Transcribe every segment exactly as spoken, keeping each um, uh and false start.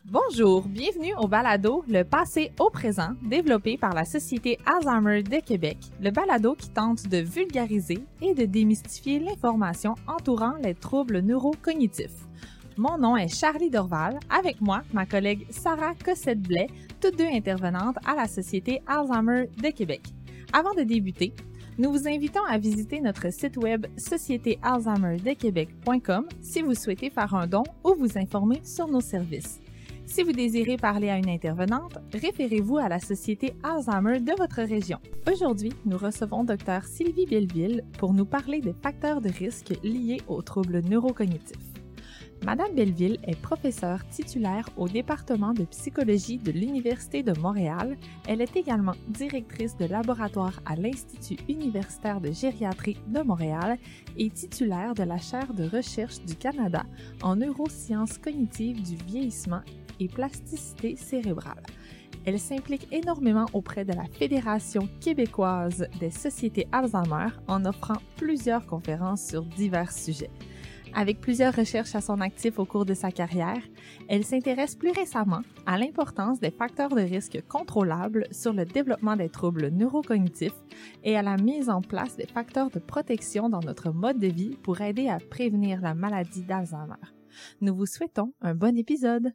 Bonjour, bienvenue au balado Le passé au présent, développé par la Société Alzheimer de Québec, le balado qui tente de vulgariser et de démystifier l'information entourant les troubles neurocognitifs. Mon nom est Charlie Dorval, avec moi, ma collègue Sarah Cossette-Blais, toutes deux intervenantes à la Société Alzheimer de Québec. Avant de débuter, nous vous invitons à visiter notre site web société alzheimer de québec point com si vous souhaitez faire un don ou vous informer sur nos services. Si vous désirez parler à une intervenante, référez-vous à la Société Alzheimer de votre région. Aujourd'hui, nous recevons Dr Sylvie Belleville pour nous parler des facteurs de risque liés aux troubles neurocognitifs. Madame Belleville est professeure titulaire au département de psychologie de l'Université de Montréal. Elle est également directrice de laboratoire à l'Institut universitaire de gériatrie de Montréal et titulaire de la chaire de recherche du Canada en neurosciences cognitives du vieillissement et plasticité cérébrale. Elle s'implique énormément auprès de la Fédération québécoise des sociétés Alzheimer en offrant plusieurs conférences sur divers sujets. Avec plusieurs recherches à son actif au cours de sa carrière, elle s'intéresse plus récemment à l'importance des facteurs de risque contrôlables sur le développement des troubles neurocognitifs et à la mise en place des facteurs de protection dans notre mode de vie pour aider à prévenir la maladie d'Alzheimer. Nous vous souhaitons un bon épisode!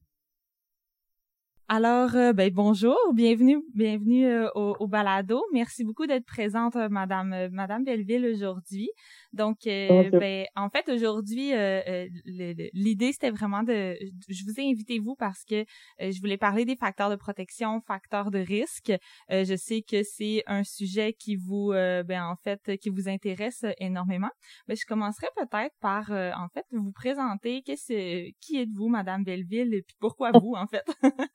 Alors, euh, ben bonjour, bienvenue, bienvenue euh, au, au balado. Merci beaucoup d'être présente, euh, Madame, euh, Madame Belleville aujourd'hui. Donc, euh, ben en fait aujourd'hui, euh, euh, le, le, l'idée c'était vraiment de, je vous ai invité vous parce que euh, je voulais parler des facteurs de protection, facteurs de risque. Euh, je sais que c'est un sujet qui vous, euh, ben en fait, qui vous intéresse énormément. Ben je commencerai peut-être par, euh, en fait, vous présenter. Qu'est-ce, qui êtes-vous, Madame Belleville, et puis pourquoi vous, en fait?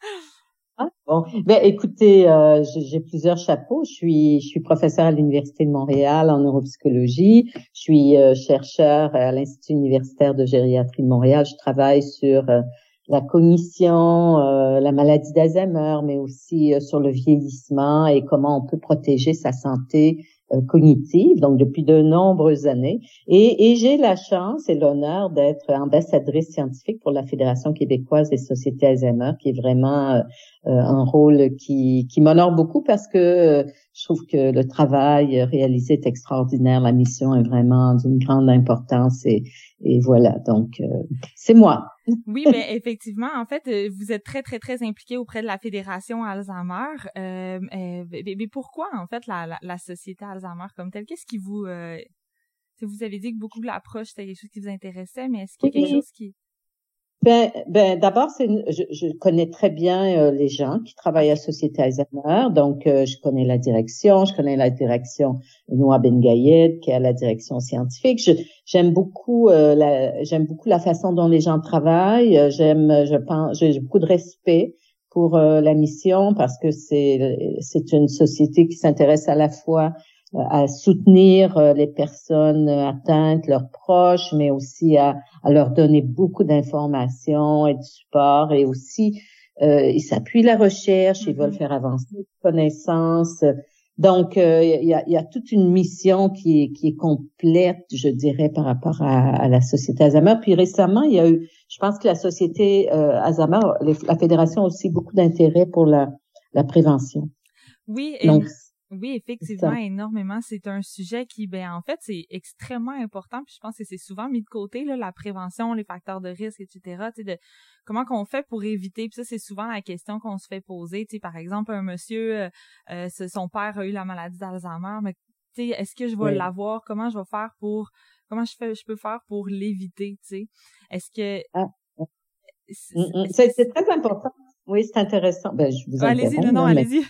Ah, bon, ben écoutez, euh, j'ai, j'ai plusieurs chapeaux. Je suis, je suis professeure à l'Université de Montréal en neuropsychologie. Je suis euh, chercheur à l'Institut universitaire de gériatrie de Montréal. Je travaille sur euh, la cognition, euh, la maladie d'Alzheimer, mais aussi euh, sur le vieillissement et comment on peut protéger sa santé euh, cognitive. Donc depuis de nombreuses années, et, et j'ai la chance et l'honneur d'être ambassadrice scientifique pour la Fédération québécoise des sociétés Alzheimer, qui est vraiment euh, Euh, un rôle qui, qui m'honore beaucoup parce que euh, je trouve que le travail réalisé est extraordinaire. La mission est vraiment d'une grande importance et, et voilà, donc euh, c'est moi. Oui, ben effectivement, en fait, vous êtes très, très, très impliqué auprès de la Fédération Alzheimer. Euh, euh, mais, mais pourquoi, en fait, la, la, la société Alzheimer comme telle? Qu'est-ce qui vous... Euh, vous avez dit que beaucoup de l'approche, c'était quelque chose qui vous intéressait, mais est-ce qu'il y a quelque chose qui... Ben, ben d'abord, c'est une, je, je connais très bien euh, les gens qui travaillent à Société Alzheimer, donc euh, je connais la direction, je connais la direction Noah Ben-Gayed qui est à la direction scientifique. Je, j'aime beaucoup, euh, la, j'aime beaucoup la façon dont les gens travaillent. J'aime, je pense, j'ai beaucoup de respect pour euh, la mission parce que c'est, c'est une société qui s'intéresse à la fois à soutenir les personnes atteintes, leurs proches, mais aussi à, à leur donner beaucoup d'informations et de support. Et aussi, euh, ils s'appuient la recherche, ils veulent faire avancer les connaissances. Donc, euh, il y a, il y a toute une mission qui est, qui est complète, je dirais, par rapport à, à la Société Alzheimer. Puis récemment, il y a eu, je pense que la Société euh, Alzheimer, les, la Fédération a aussi beaucoup d'intérêt pour la, la prévention. Oui, et... Donc, oui, effectivement, énormément. C'est un sujet qui, ben, en fait, c'est extrêmement important. Puis je pense que c'est souvent mis de côté, là, la prévention, les facteurs de risque, et cetera. Tu sais, de comment qu'on fait pour éviter. Puis ça, c'est souvent la question qu'on se fait poser. Tu sais, par exemple, un monsieur, euh, euh, son père a eu la maladie d'Alzheimer, mais tu sais, est-ce que je vais oui. l'avoir? Comment je vais faire pour, comment je fais, je peux faire pour l'éviter? Tu sais, est-ce que ah. c'est, c'est, c'est très important. Oui, c'est intéressant. Ben, je vous allez-y, non, non, mais... allez-y.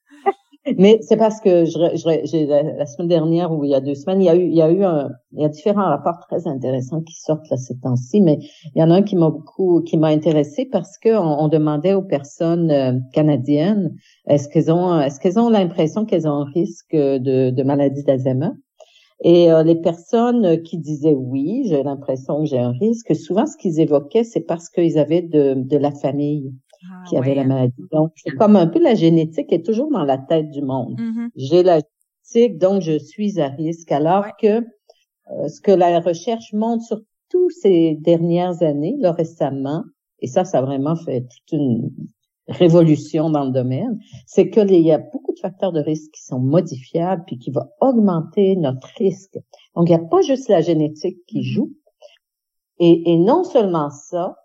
Mais c'est parce que je, je, j'ai, la semaine dernière ou il y a deux semaines, il y a eu, il y a eu un, il y a différents rapports très intéressants qui sortent là ces temps-ci, mais il y en a un qui m'a beaucoup, qui m'a intéressé parce que on, on demandait aux personnes euh, canadiennes, est-ce qu'elles ont, est-ce qu'elles ont l'impression qu'elles ont un risque de, de maladie d'Alzheimer? Et euh, les personnes qui disaient oui, j'ai l'impression que j'ai un risque, souvent ce qu'ils évoquaient, c'est parce qu'ils avaient de, de la famille. Ah, qui avait ouais, la maladie. Donc, c'est comme un peu la génétique est toujours dans la tête du monde. Mm-hmm. J'ai la génétique, donc je suis à risque. Alors ouais. que euh, ce que la recherche montre, surtout ces dernières années, là récemment, et ça, ça a vraiment fait toute une révolution dans le domaine, c'est que les, il y a beaucoup de facteurs de risque qui sont modifiables puis qui vont augmenter notre risque. Donc, il n'y a pas juste la génétique qui joue. Et, et non seulement ça,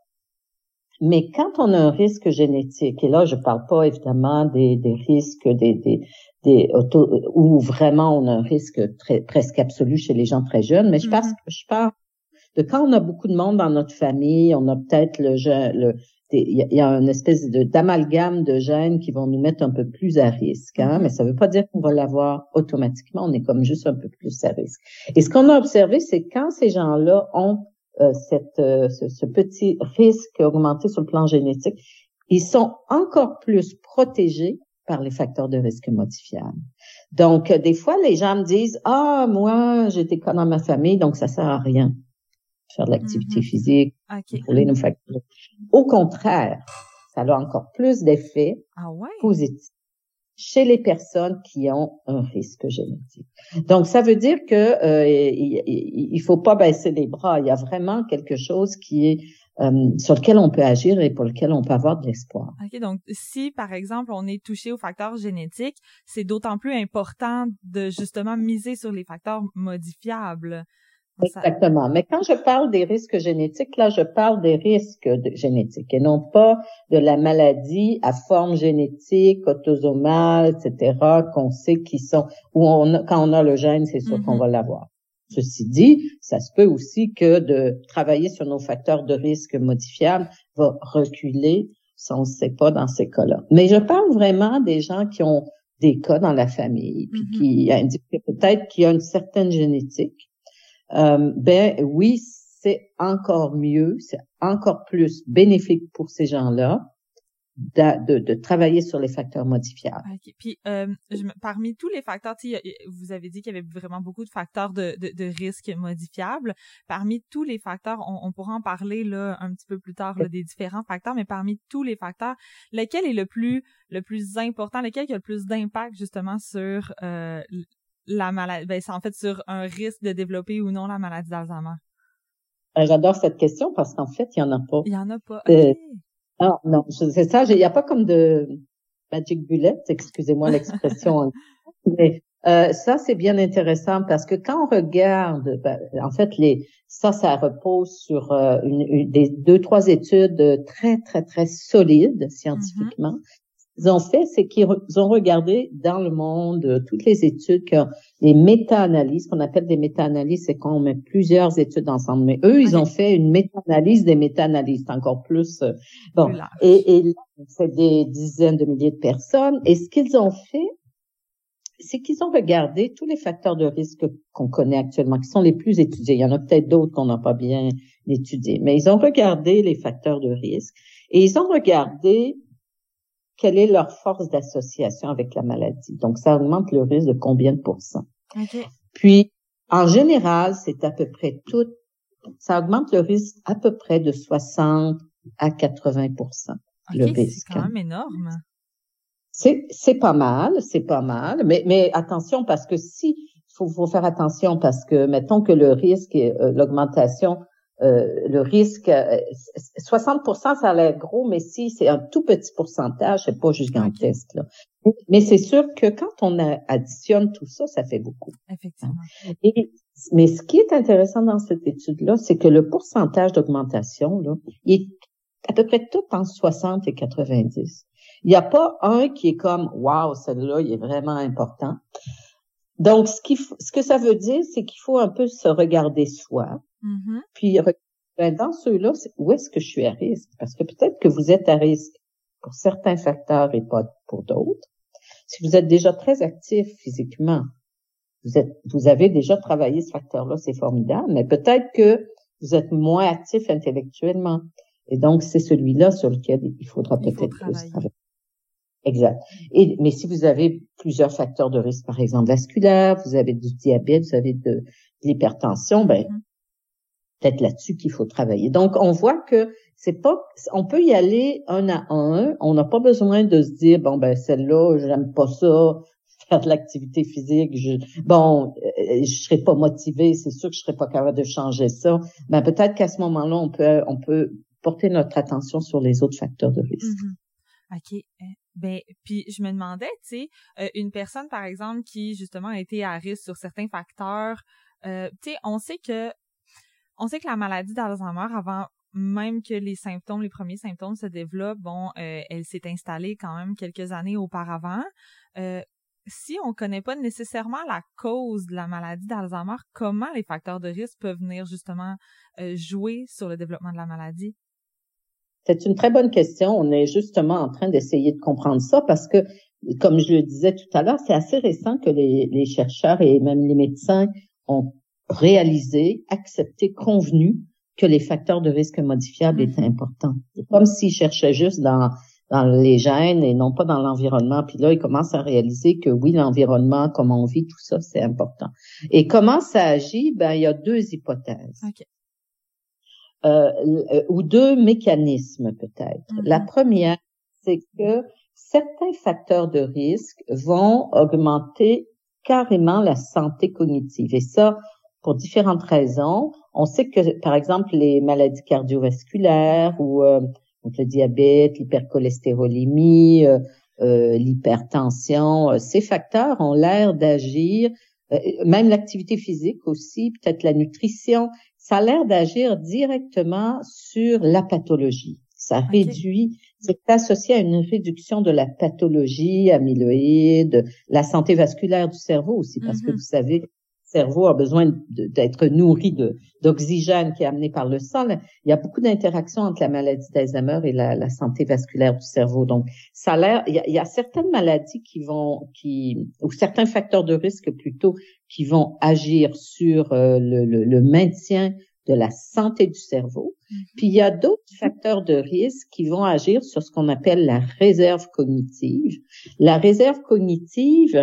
mais quand on a un risque génétique, et là, je parle pas évidemment des, des risques des, des, des auto, où vraiment on a un risque très, presque absolu chez les gens très jeunes, mais je pense, mm-hmm. je parle de quand on a beaucoup de monde dans notre famille, on a peut-être le, le il y a une espèce de d'amalgame de gènes qui vont nous mettre un peu plus à risque, hein, mm-hmm. mais ça veut pas dire qu'on va l'avoir automatiquement, on est comme juste un peu plus à risque. Et ce qu'on a observé, c'est quand ces gens-là ont euh, cette euh, ce, ce petit risque augmenté sur le plan génétique, ils sont encore plus protégés par les facteurs de risque modifiables. Donc, euh, des fois, les gens me disent « Ah, moi, j'ai des cas dans ma famille, donc ça sert à rien. » faire de l'activité mm-hmm. physique, okay. contrôler nos facteurs. Au contraire, ça a encore plus d'effets ah ouais? positifs chez les personnes qui ont un risque génétique. Donc, ça veut dire que euh, il, il, il faut pas baisser les bras. Il y a vraiment quelque chose qui est euh, sur lequel on peut agir et pour lequel on peut avoir de l'espoir. OK, donc si, par exemple, on est touché aux facteurs génétiques, c'est d'autant plus important de justement miser sur les facteurs modifiables. Exactement. Mais quand je parle des risques génétiques, là, je parle des risques de, génétiques et non pas de la maladie à forme génétique, autosomale, et cetera, qu'on sait qui sont, où on a, quand on a le gène, c'est sûr mm-hmm. qu'on va l'avoir. Ceci dit, ça se peut aussi que de travailler sur nos facteurs de risque modifiables va reculer si on ne sait pas dans ces cas-là. Mais je parle vraiment des gens qui ont des cas dans la famille, puis mm-hmm. qui indiquent peut-être qu'il y a une certaine génétique. Euh, ben oui, c'est encore mieux, c'est encore plus bénéfique pour ces gens-là de, de, de travailler sur les facteurs modifiables. Okay. Puis, euh, je, parmi tous les facteurs, vous avez dit qu'il y avait vraiment beaucoup de facteurs de, de, de risque modifiables. Parmi tous les facteurs, on, on pourra en parler là un petit peu plus tard là, des différents facteurs, mais parmi tous les facteurs, lequel est le plus le plus important, lequel qui a le plus d'impact justement sur euh, la maladie, ben c'est en fait sur un risque de développer ou non la maladie d'Alzheimer? J'adore cette question parce qu'en fait, il y en a pas. Il y en a pas. Okay. Euh, ah non, c'est ça. Il y a pas comme de magic bullet, excusez-moi l'expression. Mais euh, ça, c'est bien intéressant parce que quand on regarde, ben, en fait, les ça, ça repose sur euh, une, une, des deux, trois études très, très, très solides scientifiquement. Mm-hmm. Ils ont fait, c'est qu'ils ont regardé dans le monde euh, toutes les études, que, les méta-analyses, qu'on appelle des méta-analyses, c'est quand on met plusieurs études ensemble. Mais eux, ils okay. ont fait une méta-analyse des méta-analyses, c'est encore plus euh, bon. Et, et c'est des dizaines de milliers de personnes. Et ce qu'ils ont fait, c'est qu'ils ont regardé tous les facteurs de risque qu'on connaît actuellement, qui sont les plus étudiés. Il y en a peut-être d'autres qu'on n'a pas bien étudiés, mais ils ont regardé les facteurs de risque et ils ont regardé quelle est leur force d'association avec la maladie. Donc, ça augmente le risque de combien de pourcents. Okay. Puis, en général, c'est à peu près tout, ça augmente le risque à peu près de soixante à quatre-vingts pour cent. Okay, le risque. C'est quand même énorme. C'est, c'est pas mal, c'est pas mal, mais, mais attention parce que si, faut, faut faire attention parce que, mettons que le risque, euh, l'augmentation, euh, le risque, euh, soixante pour cent ça a l'air gros, mais si c'est un tout petit pourcentage, c'est pas gigantesque, là. Mais c'est sûr que quand on a, additionne tout ça, ça fait beaucoup. Effectivement. Et, mais ce qui est intéressant dans cette étude-là, c'est que le pourcentage d'augmentation, là, il est à peu près tout entre soixante et quatre-vingt-dix. Il n'y a pas un qui est comme, wow, celui-là, il est vraiment important. Donc, ce qui, ce que ça veut dire, c'est qu'il faut un peu se regarder soi. Mm-hmm. Puis, ben, dans ceux-là, où est-ce que je suis à risque? Parce que peut-être que vous êtes à risque pour certains facteurs et pas pour d'autres. Si vous êtes déjà très actif physiquement, vous êtes, vous avez déjà travaillé ce facteur-là, c'est formidable, mais peut-être que vous êtes moins actif intellectuellement. Et donc, c'est celui-là sur lequel il faudra il peut-être faut plus travailler. Exact. Et, mais si vous avez plusieurs facteurs de risque, par exemple vasculaire, vous avez du diabète, vous avez de, de l'hypertension, ben, mm-hmm. peut-être là-dessus qu'il faut travailler. Donc, on voit que c'est pas, on peut y aller un à un. On n'a pas besoin de se dire, bon, ben, celle-là, j'aime pas ça, faire de l'activité physique, je, bon, euh, je serais pas motivée, c'est sûr que je serais pas capable de changer ça. Ben, peut-être qu'à ce moment-là, on peut, on peut porter notre attention sur les autres facteurs de risque. Mm-hmm. OK. Ben, puis je me demandais, tu sais, euh, une personne, par exemple, qui, justement, a été à risque sur certains facteurs, euh, tu sais, on sait que, on sait que la maladie d'Alzheimer, avant même que les symptômes, les premiers symptômes se développent, bon, euh, elle s'est installée quand même quelques années auparavant. Euh, si on connaît pas nécessairement la cause de la maladie d'Alzheimer, comment les facteurs de risque peuvent venir, justement, euh, jouer sur le développement de la maladie? C'est une très bonne question. On est justement en train d'essayer de comprendre ça parce que, comme je le disais tout à l'heure, c'est assez récent que les, les chercheurs et même les médecins ont réalisé, accepté, convenu que les facteurs de risque modifiables étaient importants. C'est comme s'ils cherchaient juste dans dans les gènes et non pas dans l'environnement. Puis là, ils commencent à réaliser que oui, l'environnement, comment on vit, tout ça, c'est important. Et comment ça agit? Ben, il y a deux hypothèses. Okay. Euh, ou deux mécanismes peut-être. Mm-hmm. La première, c'est que certains facteurs de risque vont augmenter carrément la santé cognitive. Et ça, pour différentes raisons. On sait que, par exemple, les maladies cardiovasculaires ou euh, donc le diabète, l'hypercholestérolémie, euh, euh, l'hypertension, euh, ces facteurs ont l'air d'agir, euh, même l'activité physique aussi, peut-être la nutrition, ça a l'air d'agir directement sur la pathologie. Ça okay. réduit, c'est associé à une réduction de la pathologie amyloïde, la santé vasculaire du cerveau aussi, parce mm-hmm. que vous savez, le cerveau a besoin de, d'être nourri de, d'oxygène qui est amené par le sang. Il y a beaucoup d'interactions entre la maladie d'Alzheimer et la, la santé vasculaire du cerveau. Donc, ça a l'air, il y a, il y a certaines maladies qui vont, qui, ou certains facteurs de risque plutôt, qui vont agir sur euh, le, le, le maintien de la santé du cerveau. Mm-hmm. Puis, il y a d'autres facteurs de risque qui vont agir sur ce qu'on appelle la réserve cognitive. La réserve cognitive,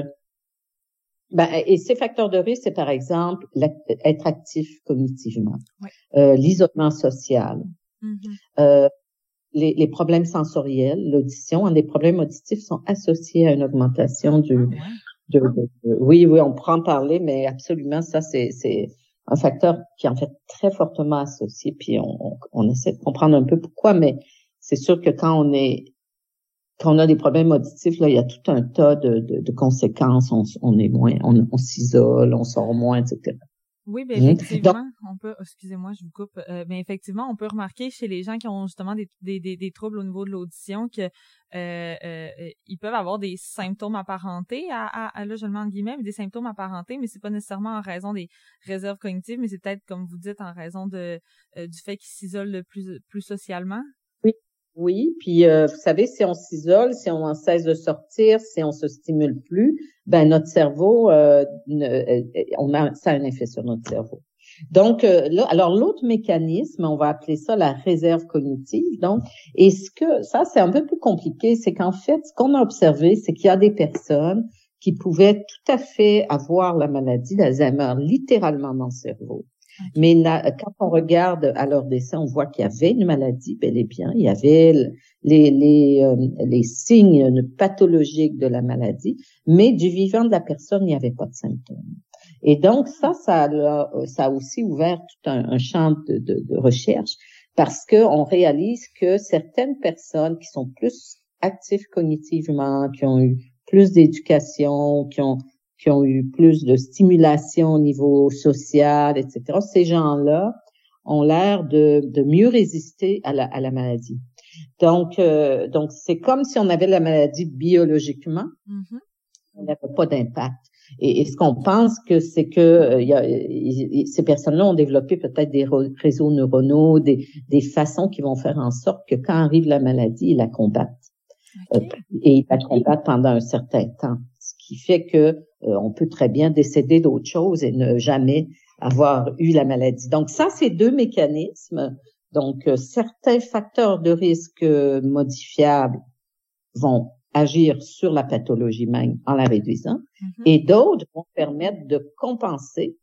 ben, et ces facteurs de risque, c'est par exemple être actif cognitivement, oui. euh, l'isolement social, mm-hmm. euh, les, les problèmes sensoriels, l'audition. Les problèmes auditifs sont associés à une augmentation du... Oh, ouais. de, de, de, oui, oui, on pourra en parler, mais absolument, ça, c'est, c'est un facteur qui est en fait très fortement associé. Puis on, on, on essaie de comprendre un peu pourquoi, mais c'est sûr que quand on est Quand on a des problèmes auditifs, là, il y a tout un tas de, de, de conséquences. On, on est moins, on, on s'isole, on sort moins, et cetera. Oui, bien effectivement, Donc, on peut. Excusez-moi, je vous coupe. Euh, mais effectivement, on peut remarquer chez les gens qui ont justement des des des, des troubles au niveau de l'audition que euh, euh, ils peuvent avoir des symptômes apparentés à, à, à là, je le mets en guillemets, mais des symptômes apparentés, mais c'est pas nécessairement en raison des réserves cognitives, mais c'est peut-être, comme vous dites, en raison de euh, du fait qu'ils s'isolent plus plus socialement. Oui. Oui, puis euh, vous savez, si on s'isole, si on en cesse de sortir, si on se stimule plus, ben notre cerveau, euh, ne, on a, ça a un effet sur notre cerveau. Donc euh, là, alors l'autre mécanisme, on va appeler ça la réserve cognitive. Donc, et ce que ça, c'est un peu plus compliqué, c'est qu'en fait, ce qu'on a observé, c'est qu'il y a des personnes qui pouvaient tout à fait avoir la maladie d'Alzheimer littéralement dans le cerveau. Okay. Mais na, quand on regarde à leur décès, on voit qu'il y avait une maladie, bel et bien. Il y avait les, les, euh, les signes pathologiques de la maladie, mais du vivant de la personne, il n'y avait pas de symptômes. Et donc, ça, ça a, ça a aussi ouvert tout un, un champ de, de, de recherche parce qu'on réalise que certaines personnes qui sont plus actives cognitivement, qui ont eu plus d'éducation, qui ont qui ont eu plus de stimulation au niveau social, et cetera. Ces gens-là ont l'air de, de mieux résister à la, à la maladie. Donc, euh, donc c'est comme si on avait la maladie biologiquement, mm-hmm. on n'avait pas d'impact. Et, et ce qu'on pense que c'est que euh, y a, y, ces personnes-là ont développé peut-être des réseaux neuronaux, des, des façons qui vont faire en sorte que quand arrive la maladie, ils la combattent. Okay. Euh, et ils la combattent pendant un certain temps. Ce qui fait que euh, on peut très bien décéder d'autre chose et ne jamais avoir eu la maladie. Donc ça, c'est deux mécanismes. Donc euh, certains facteurs de risque euh, modifiables vont agir sur la pathologie même en la réduisant, mm-hmm. et d'autres vont permettre de compenser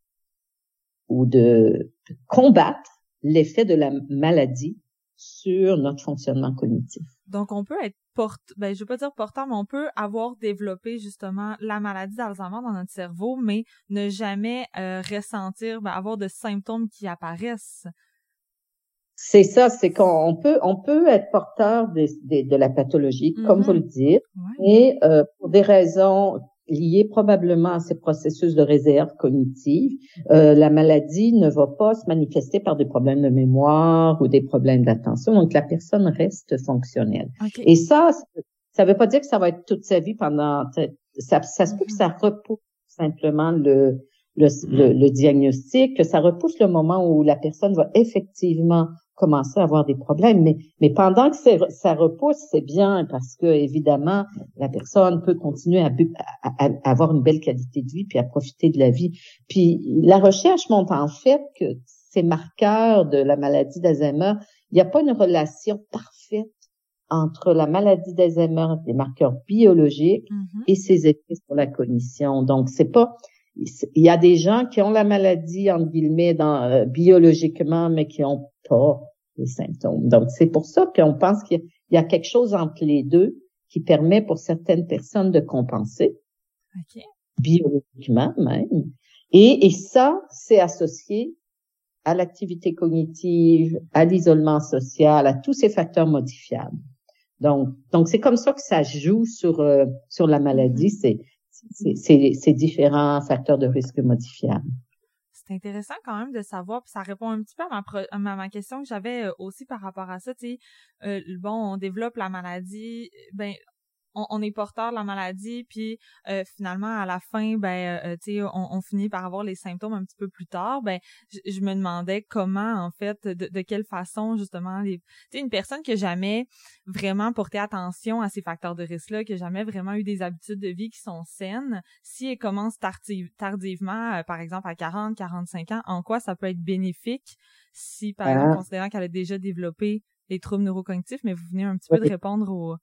ou de combattre l'effet de la maladie sur notre fonctionnement cognitif. Donc, on peut être porte, ben, je veux pas dire porteur, mais on peut avoir développé, justement, la maladie d'Alzheimer dans notre cerveau, mais ne jamais euh, ressentir, ben, avoir de symptômes qui apparaissent. C'est ça, c'est qu'on peut on peut être porteur des, des, de la pathologie, mm-hmm. comme vous le dites, ouais. et euh, pour des raisons liées probablement à ces processus de réserve cognitive, euh, la maladie ne va pas se manifester par des problèmes de mémoire ou des problèmes d'attention, donc la personne reste fonctionnelle. Okay. Et ça, ça veut pas dire que ça va être toute sa vie pendant, ça, ça se peut mm-hmm. que ça repousse simplement le, le, le, le diagnostic, que ça repousse le moment où la personne va effectivement commencer à avoir des problèmes, mais mais pendant que ça repousse, c'est bien parce que évidemment la personne peut continuer à, à, à avoir une belle qualité de vie puis à profiter de la vie. Puis la recherche montre en fait que ces marqueurs de la maladie d'Alzheimer, il n'y a pas une relation parfaite entre la maladie d'Alzheimer, des marqueurs biologiques, mm-hmm. et ses effets sur la cognition. Donc c'est pas il y a des gens qui ont la maladie, entre guillemets, dans, euh, biologiquement, mais qui ont pas les symptômes. Donc, c'est pour ça qu'on pense qu'il y a, il y a quelque chose entre les deux qui permet pour certaines personnes de compenser, okay. biologiquement même. Et, et ça, c'est associé à l'activité cognitive, à l'isolement social, à tous ces facteurs modifiables. Donc, donc c'est comme ça que ça joue sur euh, sur la maladie. Mm-hmm. C'est C'est, c'est, c'est différents facteurs de risque modifiables. C'est intéressant quand même de savoir, puis ça répond un petit peu à ma, pro, à ma question que j'avais aussi par rapport à ça. Tu sais, euh, bon, on développe la maladie, ben on, on est porteur de la maladie, puis euh, finalement à la fin, ben euh, tu sais, on, on finit par avoir les symptômes un petit peu plus tard. Ben, je, je me demandais comment en fait, de, de quelle façon justement, les, tu sais, une personne qui a jamais vraiment porté attention à ces facteurs de risque-là, qui a jamais vraiment eu des habitudes de vie qui sont saines, si elle commence tardive, tardivement, euh, par exemple à quarante, quarante-cinq ans, en quoi ça peut être bénéfique si, par ah. exemple, considérant qu'elle a déjà développé les troubles neurocognitifs, mais vous venez un petit oui. peu de répondre au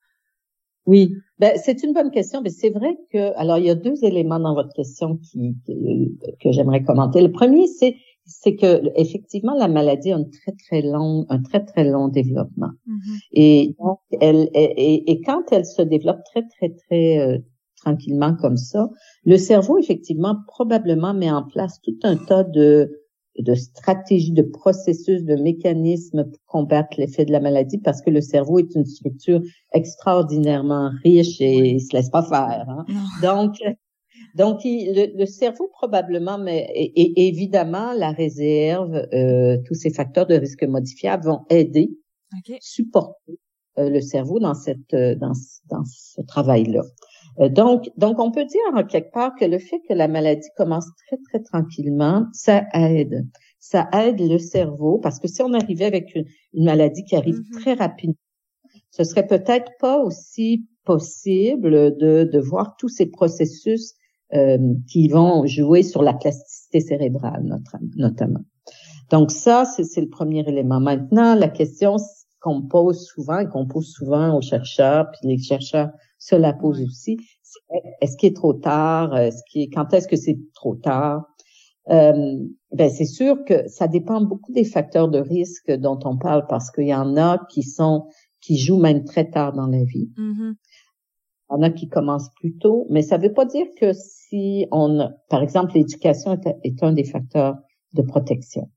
Oui, ben c'est une bonne question, mais c'est vrai que alors il y a deux éléments dans votre question qui que, que j'aimerais commenter. Le premier, c'est c'est que effectivement la maladie a un très très long un très très long développement. Mm-hmm. Et donc elle et, et quand elle se développe très très très euh, tranquillement comme ça, le cerveau effectivement probablement met en place tout un tas de de stratégies, de processus, de mécanismes pour combattre l'effet de la maladie parce que le cerveau est une structure extraordinairement riche et il se laisse pas faire. Hein? Donc, donc il, le, le cerveau probablement, mais et, et évidemment la réserve, euh, tous ces facteurs de risque modifiables vont aider, okay. supporter euh, le cerveau dans cette dans dans ce travail-là. Donc, donc, on peut dire en quelque part que le fait que la maladie commence très, très tranquillement, ça aide. Ça aide le cerveau parce que si on arrivait avec une, une maladie qui arrive mm-hmm. très rapidement, ce serait peut-être pas aussi possible de, de voir tous ces processus euh, qui vont jouer sur la plasticité cérébrale, notre, notamment. Donc ça, c'est, c'est le premier élément. Maintenant, la question qu'on pose souvent et qu'on pose souvent aux chercheurs, puis les chercheurs se la posent aussi, c'est, est-ce qu'il est trop tard? Est-ce qu'il est, quand est-ce que c'est trop tard? Euh, ben c'est sûr que ça dépend beaucoup des facteurs de risque dont on parle parce qu'il y en a qui sont qui jouent même très tard dans la vie. Mm-hmm. Il y en a qui commencent plus tôt, mais ça ne veut pas dire que si on, par exemple, l'éducation est, est un des facteurs de protection.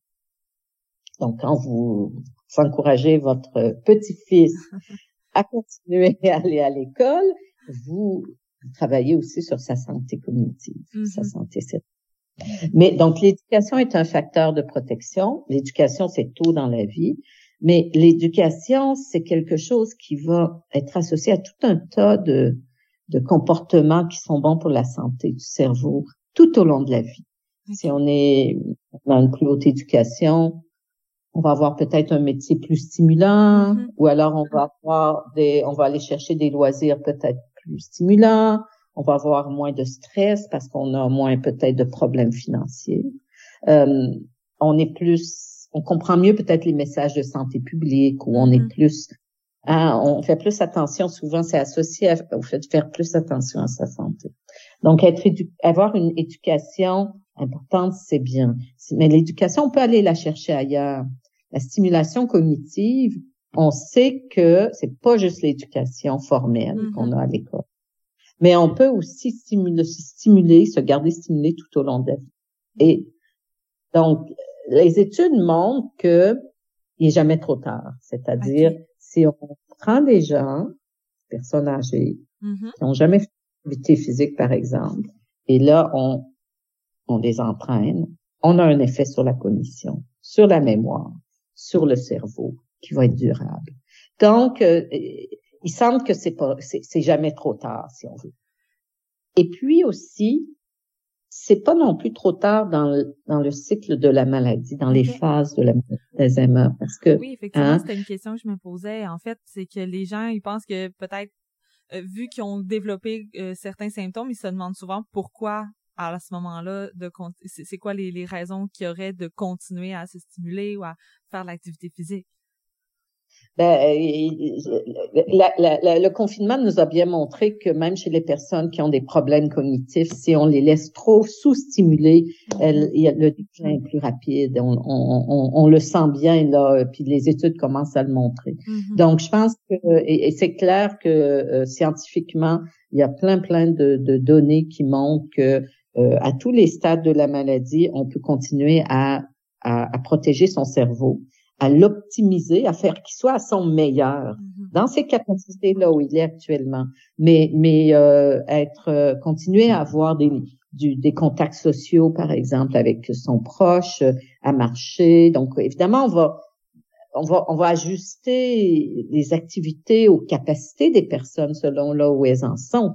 Donc, quand vous, vous encouragez votre petit-fils à continuer à aller à l'école, vous, vous travaillez aussi sur sa santé cognitive, mm-hmm. sa santé cérébrale. Mais donc, l'éducation est un facteur de protection. L'éducation, c'est tôt dans la vie. Mais l'éducation, c'est quelque chose qui va être associé à tout un tas de, de comportements qui sont bons pour la santé du cerveau tout au long de la vie. Okay. Si on est dans une plus haute éducation, on va avoir peut-être un métier plus stimulant, mm-hmm. ou alors on va avoir des, on va aller chercher des loisirs peut-être plus stimulants, on va avoir moins de stress parce qu'on a moins peut-être de problèmes financiers. Euh, on est plus, on comprend mieux peut-être les messages de santé publique, ou on mm-hmm. est plus, hein, on fait plus attention. Souvent, c'est associé à, au fait de faire plus attention à sa santé. Donc, être édu- avoir une éducation importante, c'est bien. Mais l'éducation, on peut aller la chercher ailleurs. La stimulation cognitive, on sait que c'est pas juste l'éducation formelle mm-hmm. qu'on a à l'école, mais on peut aussi stimuler, se stimuler, se garder stimulé tout au long de la vie. Et donc, les études montrent que il est jamais trop tard. C'est-à-dire, okay. si on prend des gens, personnes âgées, mm-hmm. qui n'ont jamais fait d'activité physique, par exemple, et là, on, on les entraîne, on a un effet sur la cognition, sur la mémoire, sur le cerveau, qui va être durable. Donc, euh, il semble que c'est pas, c'est, c'est jamais trop tard, si on veut. Et puis aussi, c'est pas non plus trop tard dans le, dans le cycle de la maladie, dans okay. les phases de la maladie d'Alzheimer, parce que oui, effectivement, hein, c'était une question que je me posais. En fait, c'est que les gens, ils pensent que peut-être euh, vu qu'ils ont développé euh, certains symptômes, ils se demandent souvent pourquoi à ce moment-là de c'est, c'est quoi les, les raisons qu'il y aurait de continuer à se stimuler ou à faire de l'activité physique. Ben, la, la, la, le confinement nous a bien montré que même chez les personnes qui ont des problèmes cognitifs, si on les laisse trop sous-stimuler, elle, le déclin est plus rapide. On, on, on, on le sent bien là, puis les études commencent à le montrer. Mm-hmm. Donc, je pense que et, et c'est clair que euh, scientifiquement, il y a plein plein de, de données qui montrent que euh, à tous les stades de la maladie, on peut continuer à, à, à protéger son cerveau, à l'optimiser, à faire qu'il soit à son meilleur mm-hmm. dans ses capacités là où il est actuellement, mais mais euh, être euh, continuer à avoir des du, des contacts sociaux par exemple avec son proche, à marcher. Donc évidemment on va on va on va ajuster les activités aux capacités des personnes selon là où elles en sont.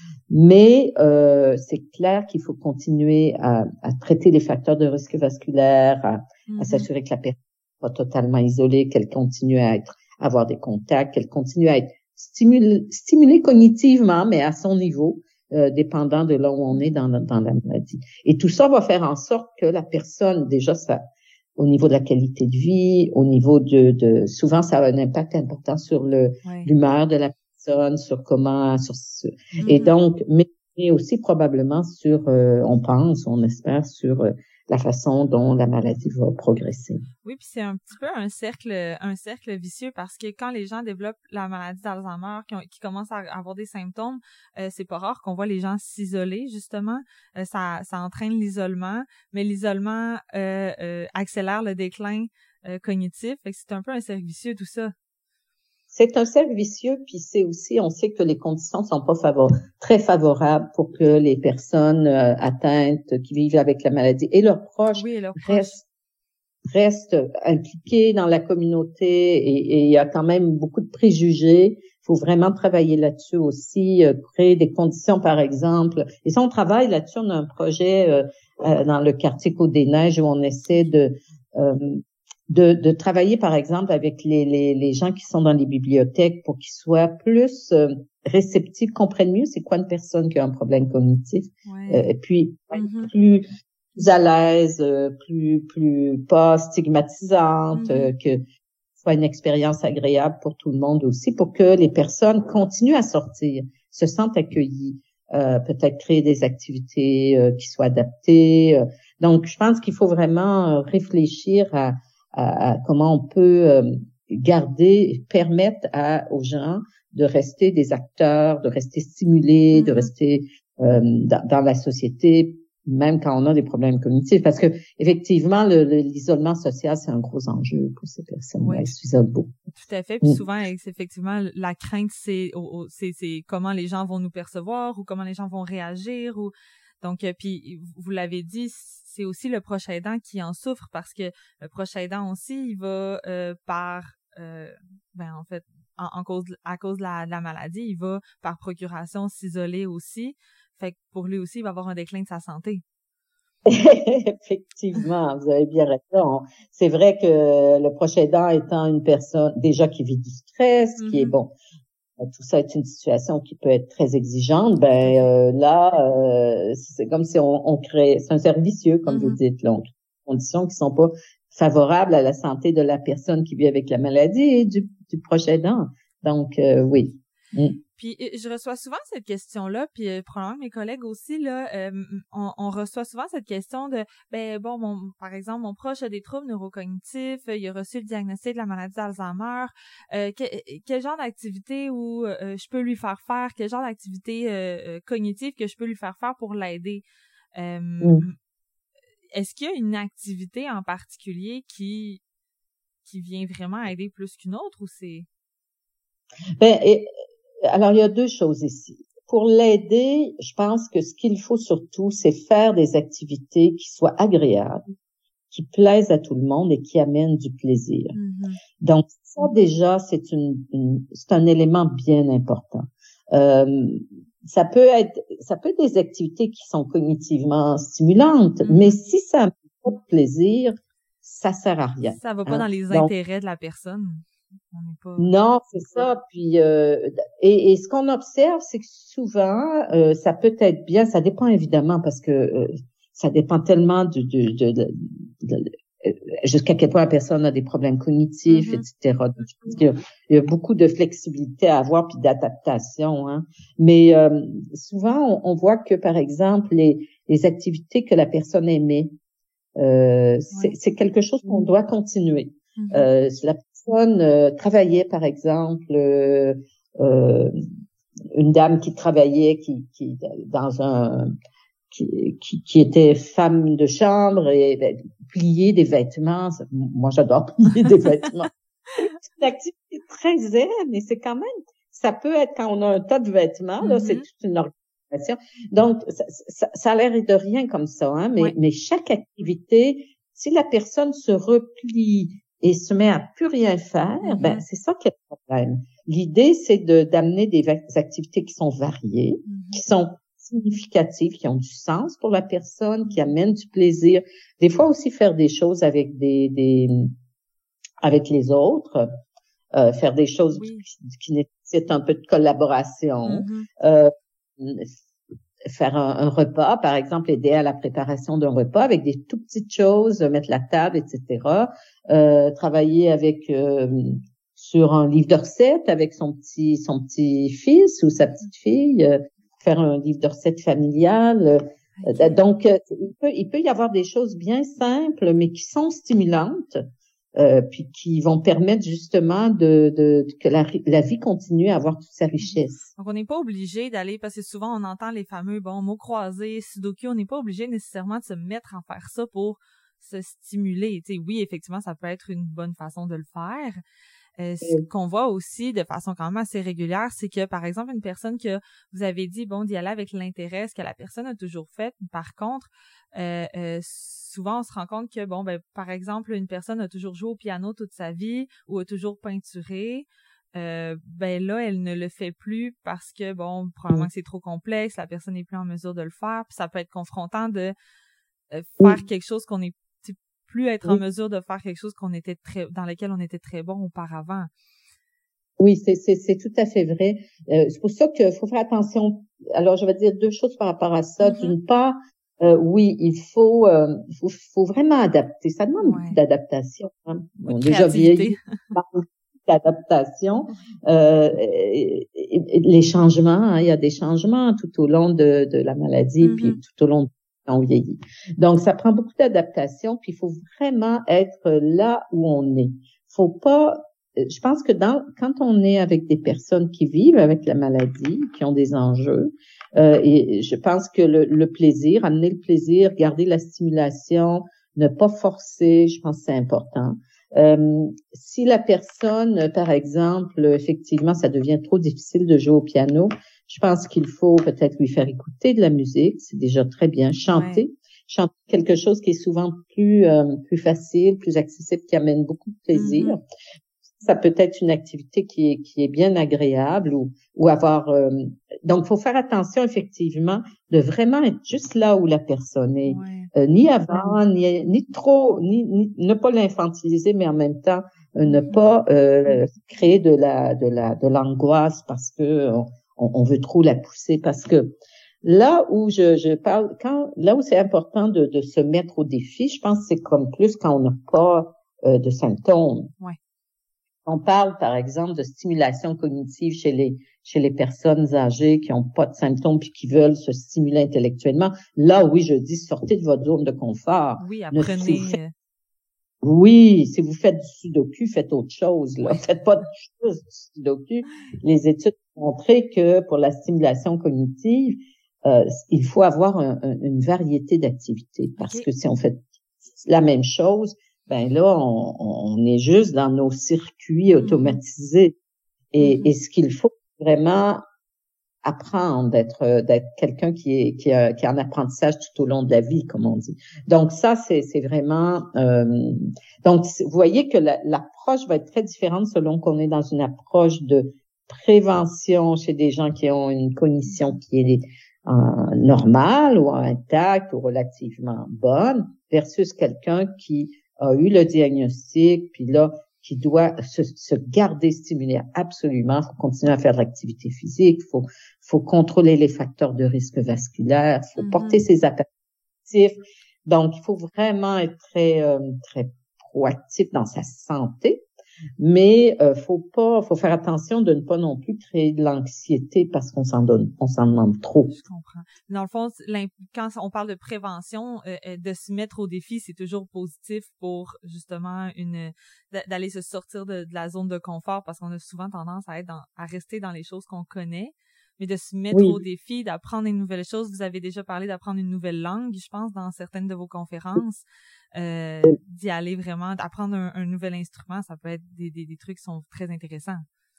Mais euh, c'est clair qu'il faut continuer à, à traiter les facteurs de risque vasculaire, à, mm-hmm. à s'assurer que la personne pas totalement isolée, qu'elle continue à être, à avoir des contacts, qu'elle continue à être stimulée, stimulée cognitivement, mais à son niveau, euh, dépendant de là où on est dans, dans la maladie. Et tout ça va faire en sorte que la personne, déjà, ça, au niveau de la qualité de vie, au niveau de, de souvent, ça a un impact important sur le, oui. l'humeur de la personne, sur comment, sur ce, mm-hmm. et donc, mais aussi probablement sur, euh, on pense, on espère, sur euh, la façon dont la maladie va progresser. Oui, puis c'est un petit peu un cercle, un cercle vicieux parce que quand les gens développent la maladie d'Alzheimer, qui, ont, qui commencent à avoir des symptômes, euh, c'est pas rare qu'on voit les gens s'isoler justement. Euh, ça, ça entraîne l'isolement, mais l'isolement euh, euh, accélère le déclin euh, cognitif. Fait que c'est un peu un cercle vicieux tout ça. C'est un cercle vicieux, puis c'est aussi, on sait que les conditions sont pas favor- très favorables pour que les personnes euh, atteintes, qui vivent avec la maladie et leurs proches, oui, et leurs proches. restent, restent impliqués dans la communauté et, et il y a quand même beaucoup de préjugés. Il faut vraiment travailler là-dessus aussi, euh, créer des conditions, par exemple. Et ça, on travaille là-dessus. On a un projet euh, euh, dans le quartier Côte-des-Neiges où on essaie de... Euh, De, de travailler, par exemple, avec les, les, les gens qui sont dans les bibliothèques pour qu'ils soient plus euh, réceptifs, comprennent mieux c'est quoi une personne qui a un problème cognitif, ouais. euh, et puis mm-hmm. plus, plus à l'aise, euh, plus plus pas stigmatisante, mm-hmm. euh, que ce soit une expérience agréable pour tout le monde aussi, pour que les personnes continuent à sortir, se sentent accueillies, euh, peut-être créer des activités euh, qui soient adaptées. Euh. Donc, je pense qu'il faut vraiment réfléchir à À, à comment on peut euh, garder, permettre à, aux gens de rester des acteurs, de rester stimulés, mm-hmm. de rester euh, dans, dans la société, même quand on a des problèmes cognitifs. Parce que effectivement, le, le, l'isolement social, c'est un gros enjeu pour ces personnes. Oui. Elles s'isolent beaucoup. Tout à fait. Puis mm. souvent, effectivement, la crainte, c'est, c'est, c'est comment les gens vont nous percevoir ou comment les gens vont réagir. Ou donc, euh, puis vous l'avez dit, c'est aussi le proche aidant qui en souffre parce que le proche aidant aussi, il va euh, par, euh, ben en fait, en, en cause, à cause de la, de la maladie, il va par procuration s'isoler aussi. Fait que pour lui aussi, il va avoir un déclin de sa santé. Effectivement, vous avez bien raison. C'est vrai que le proche aidant étant une personne déjà qui vit du stress, mm-hmm. qui est bon. Tout ça est une situation qui peut être très exigeante. Ben euh, là, euh, c'est comme si on, on crée, c'est un cercle vicieux, comme mm-hmm. vous dites, là, on crée des conditions qui sont pas favorables à la santé de la personne qui vit avec la maladie et du, du proche aidant. Donc euh, oui. Mm. Puis je reçois souvent cette question-là, puis euh, probablement mes collègues aussi là, euh, on, on reçoit souvent cette question de, ben bon, mon, par exemple, mon proche a des troubles neurocognitifs, il a reçu le diagnostic de la maladie d'Alzheimer, euh, que, quel genre d'activité où euh, je peux lui faire faire, quel genre d'activité euh, cognitive que je peux lui faire faire pour l'aider. Euh, mm. Est-ce qu'il y a une activité en particulier qui qui vient vraiment aider plus qu'une autre ou c'est... Ben, et, alors, il y a deux choses ici. Pour l'aider, je pense que ce qu'il faut surtout, c'est faire des activités qui soient agréables, qui plaisent à tout le monde et qui amènent du plaisir. Mm-hmm. Donc, ça, déjà, c'est une, une c'est un élément bien important. Euh, ça peut être, ça peut être des activités qui sont cognitivement stimulantes, mm-hmm. mais si ça n'a pas de plaisir, ça sert à rien. Ça va pas hein? dans les Donc, intérêts de la personne. On n'est pas... Non, c'est ça. Puis euh, et, et ce qu'on observe, c'est que souvent, euh, ça peut être bien. Ça dépend évidemment parce que euh, ça dépend tellement de, de, de, de, de, de jusqu'à quel point la personne a des problèmes cognitifs, mm-hmm. et cetera. Donc, il, y a, il y a beaucoup de flexibilité à avoir puis d'adaptation. Hein. Mais euh, souvent, on, on voit que par exemple les, les activités que la personne aimait, euh, c'est, ouais. c'est quelque chose qu'on doit continuer. Mm-hmm. Euh, la personne euh, travaillait, par exemple, euh, euh, une dame qui travaillait, qui, qui dans un, qui, qui, qui était femme de chambre et ben, plier des vêtements. Moi, j'adore plier des vêtements. C'est une activité très zen et c'est quand même, ça peut être quand on a un tas de vêtements, là, mm-hmm. c'est toute une organisation. Donc, ça, ça, ça a l'air de rien comme ça, hein, mais, ouais. mais chaque activité, si la personne se replie et se met à plus rien faire, mm-hmm. ben c'est ça qui est le problème. L'idée, c'est de d'amener des, des activités qui sont variées, mm-hmm. qui sont significatives, qui ont du sens pour la personne, qui amènent du plaisir. Des fois aussi faire des choses avec des, des avec les autres, euh, faire des choses oui. qui, qui nécessitent un peu de collaboration. Mm-hmm. Euh, faire un, un repas, par exemple, aider à la préparation d'un repas avec des tout petites choses, mettre la table, et cetera. Euh, travailler avec euh, sur un livre de recettes avec son petit son petit fils ou sa petite fille, euh, faire un livre de recettes familial. Euh, donc, euh, il peut il peut y avoir des choses bien simples, mais qui sont stimulantes. Euh, puis qui vont permettre justement de, de, de que la, la vie continue à avoir toute sa richesse. Donc, on n'est pas obligé d'aller, parce que souvent, on entend les fameux, bon, mots croisés, sudoku, on n'est pas obligé nécessairement de se mettre à faire ça pour se stimuler. Tu sais, oui, effectivement, ça peut être une bonne façon de le faire. Euh, ce qu'on voit aussi de façon quand même assez régulière, c'est que, par exemple, une personne que vous avez dit, bon, d'y aller avec l'intérêt, ce que la personne a toujours fait. Par contre, euh, euh, souvent, on se rend compte que, bon, ben, par exemple, une personne a toujours joué au piano toute sa vie ou a toujours peinturé. Euh, ben là, elle ne le fait plus parce que, bon, probablement que c'est trop complexe, la personne n'est plus en mesure de le faire. Puis ça peut être confrontant de euh, faire quelque chose qu'on est plus être oui. en mesure de faire quelque chose qu'on était très, dans lequel on était très bon auparavant. Oui, c'est, c'est, c'est tout à fait vrai. Euh, c'est pour ça qu'il faut faire attention. Alors, je vais dire deux choses par rapport à ça. Mm-hmm. D'une part, euh, oui, il faut, euh, il faut, faut vraiment adapter. Ça demande ouais. beaucoup d'adaptation. Hein. Bon, déjà vieilli, d'adaptation. Euh, et, et, les changements, hein, il y a des changements tout au long de, de la maladie, mm-hmm. puis tout au long de on vieillit. Donc, ça prend beaucoup d'adaptation, puis il faut vraiment être là où on est. Faut pas, je pense que dans, quand on est avec des personnes qui vivent avec la maladie, qui ont des enjeux, euh, et je pense que le, le plaisir, amener le plaisir, garder la stimulation, ne pas forcer, je pense que c'est important. Euh, si la personne, par exemple, effectivement, ça devient trop difficile de jouer au piano, je pense qu'il faut peut-être lui faire écouter de la musique, c'est déjà très bien. Chanter, ouais. chanter quelque chose qui est souvent plus euh, plus facile, plus accessible, qui amène beaucoup de plaisir. Mm-hmm. Ça peut être une activité qui est qui est bien agréable ou ou avoir. Euh, donc, faut faire attention effectivement de vraiment être juste là où la personne est, ouais. euh, ni avant, ni ni trop, ni, ni ne pas l'infantiliser, mais en même temps euh, ne pas euh, créer de la de la de l'angoisse parce que on, on veut trop la pousser parce que là où je, je parle, quand là où c'est important de, de se mettre au défi, je pense que c'est comme plus quand on n'a pas euh, de symptômes. Ouais. On parle par exemple de stimulation cognitive chez les chez les personnes âgées qui n'ont pas de symptômes puis qui veulent se stimuler intellectuellement. Là, oui, je dis sortez de votre zone de confort. Oui, apprenez. Faites... Oui, si vous faites du sudoku, faites autre chose. Là, faites pas du sudoku. Les études ont montré que pour la stimulation cognitive, euh, il faut avoir un, un, une variété d'activités parce okay. que si on fait la même chose, ben là, on, on est juste dans nos circuits automatisés. Et, Mm-hmm. et ce qu'il faut vraiment apprendre, d'être d'être quelqu'un qui est qui a, qui a un apprentissage tout au long de la vie, comme on dit. Donc ça, c'est c'est vraiment euh, donc vous voyez que la, l'approche va être très différente selon qu'on est dans une approche de prévention chez des gens qui ont une cognition qui est euh, normale ou intacte ou relativement bonne versus quelqu'un qui a eu le diagnostic puis là qui doit se, se garder stimulé absolument. Il faut continuer à faire de l'activité physique, il faut, faut contrôler les facteurs de risque vasculaire, il faut mm-hmm. porter ses apéritifs. Donc, il faut vraiment être très, euh, très proactif dans sa santé, mais euh, faut pas, faut faire attention de ne pas non plus créer de l'anxiété parce qu'on s'en donne, on s'en demande trop. Je comprends. Dans le fond, quand on parle de prévention, euh, de se mettre au défi, c'est toujours positif pour justement une d'aller se sortir de, de la zone de confort parce qu'on a souvent tendance à être dans, à rester dans les choses qu'on connaît, mais de se mettre oui. au défi, d'apprendre des nouvelles choses. Vous avez déjà parlé d'apprendre une nouvelle langue, je pense, dans certaines de vos conférences. Euh, d'y aller vraiment, d'apprendre un, un nouvel instrument, ça peut être des, des, des trucs qui sont très intéressants.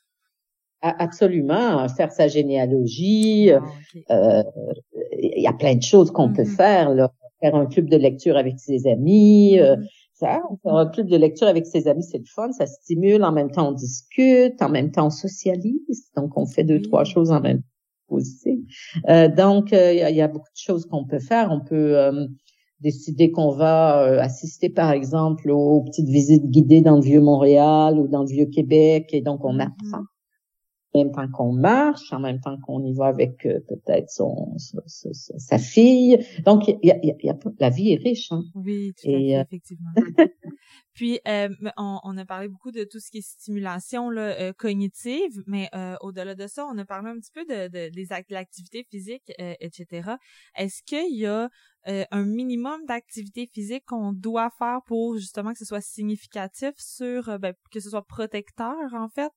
Absolument, faire sa généalogie, oh, okay. euh, il y a plein de choses qu'on mm-hmm. peut faire, là. Faire un club de lecture avec ses amis, mm-hmm. euh, ça, faire un club de lecture avec ses amis, c'est le fun, ça stimule, en même temps on discute, en même temps on socialise, donc on fait deux, oui. trois choses en même temps aussi. Euh, donc, il euh, y, y a beaucoup de choses qu'on peut faire, on peut... Euh, décider qu'on va euh, assister, par exemple, aux, aux petites visites guidées dans le Vieux-Montréal ou dans le Vieux-Québec, et donc on mm-hmm. apprend en même temps qu'on marche, en même temps qu'on y va avec euh, peut-être son, son, son, sa fille. Donc, il y a, y a, y a, la vie est riche. Hein? Oui, tout à fait, euh... effectivement. Puis, euh, on, on a parlé beaucoup de tout ce qui est stimulation là, euh, cognitive, mais euh, au-delà de ça, on a parlé un petit peu de, de, des act- de l'activité physique, euh, et cetera. Est-ce qu'il y a euh, un minimum d'activité physique qu'on doit faire pour justement que ce soit significatif sur, euh, ben, que ce soit protecteur, en fait?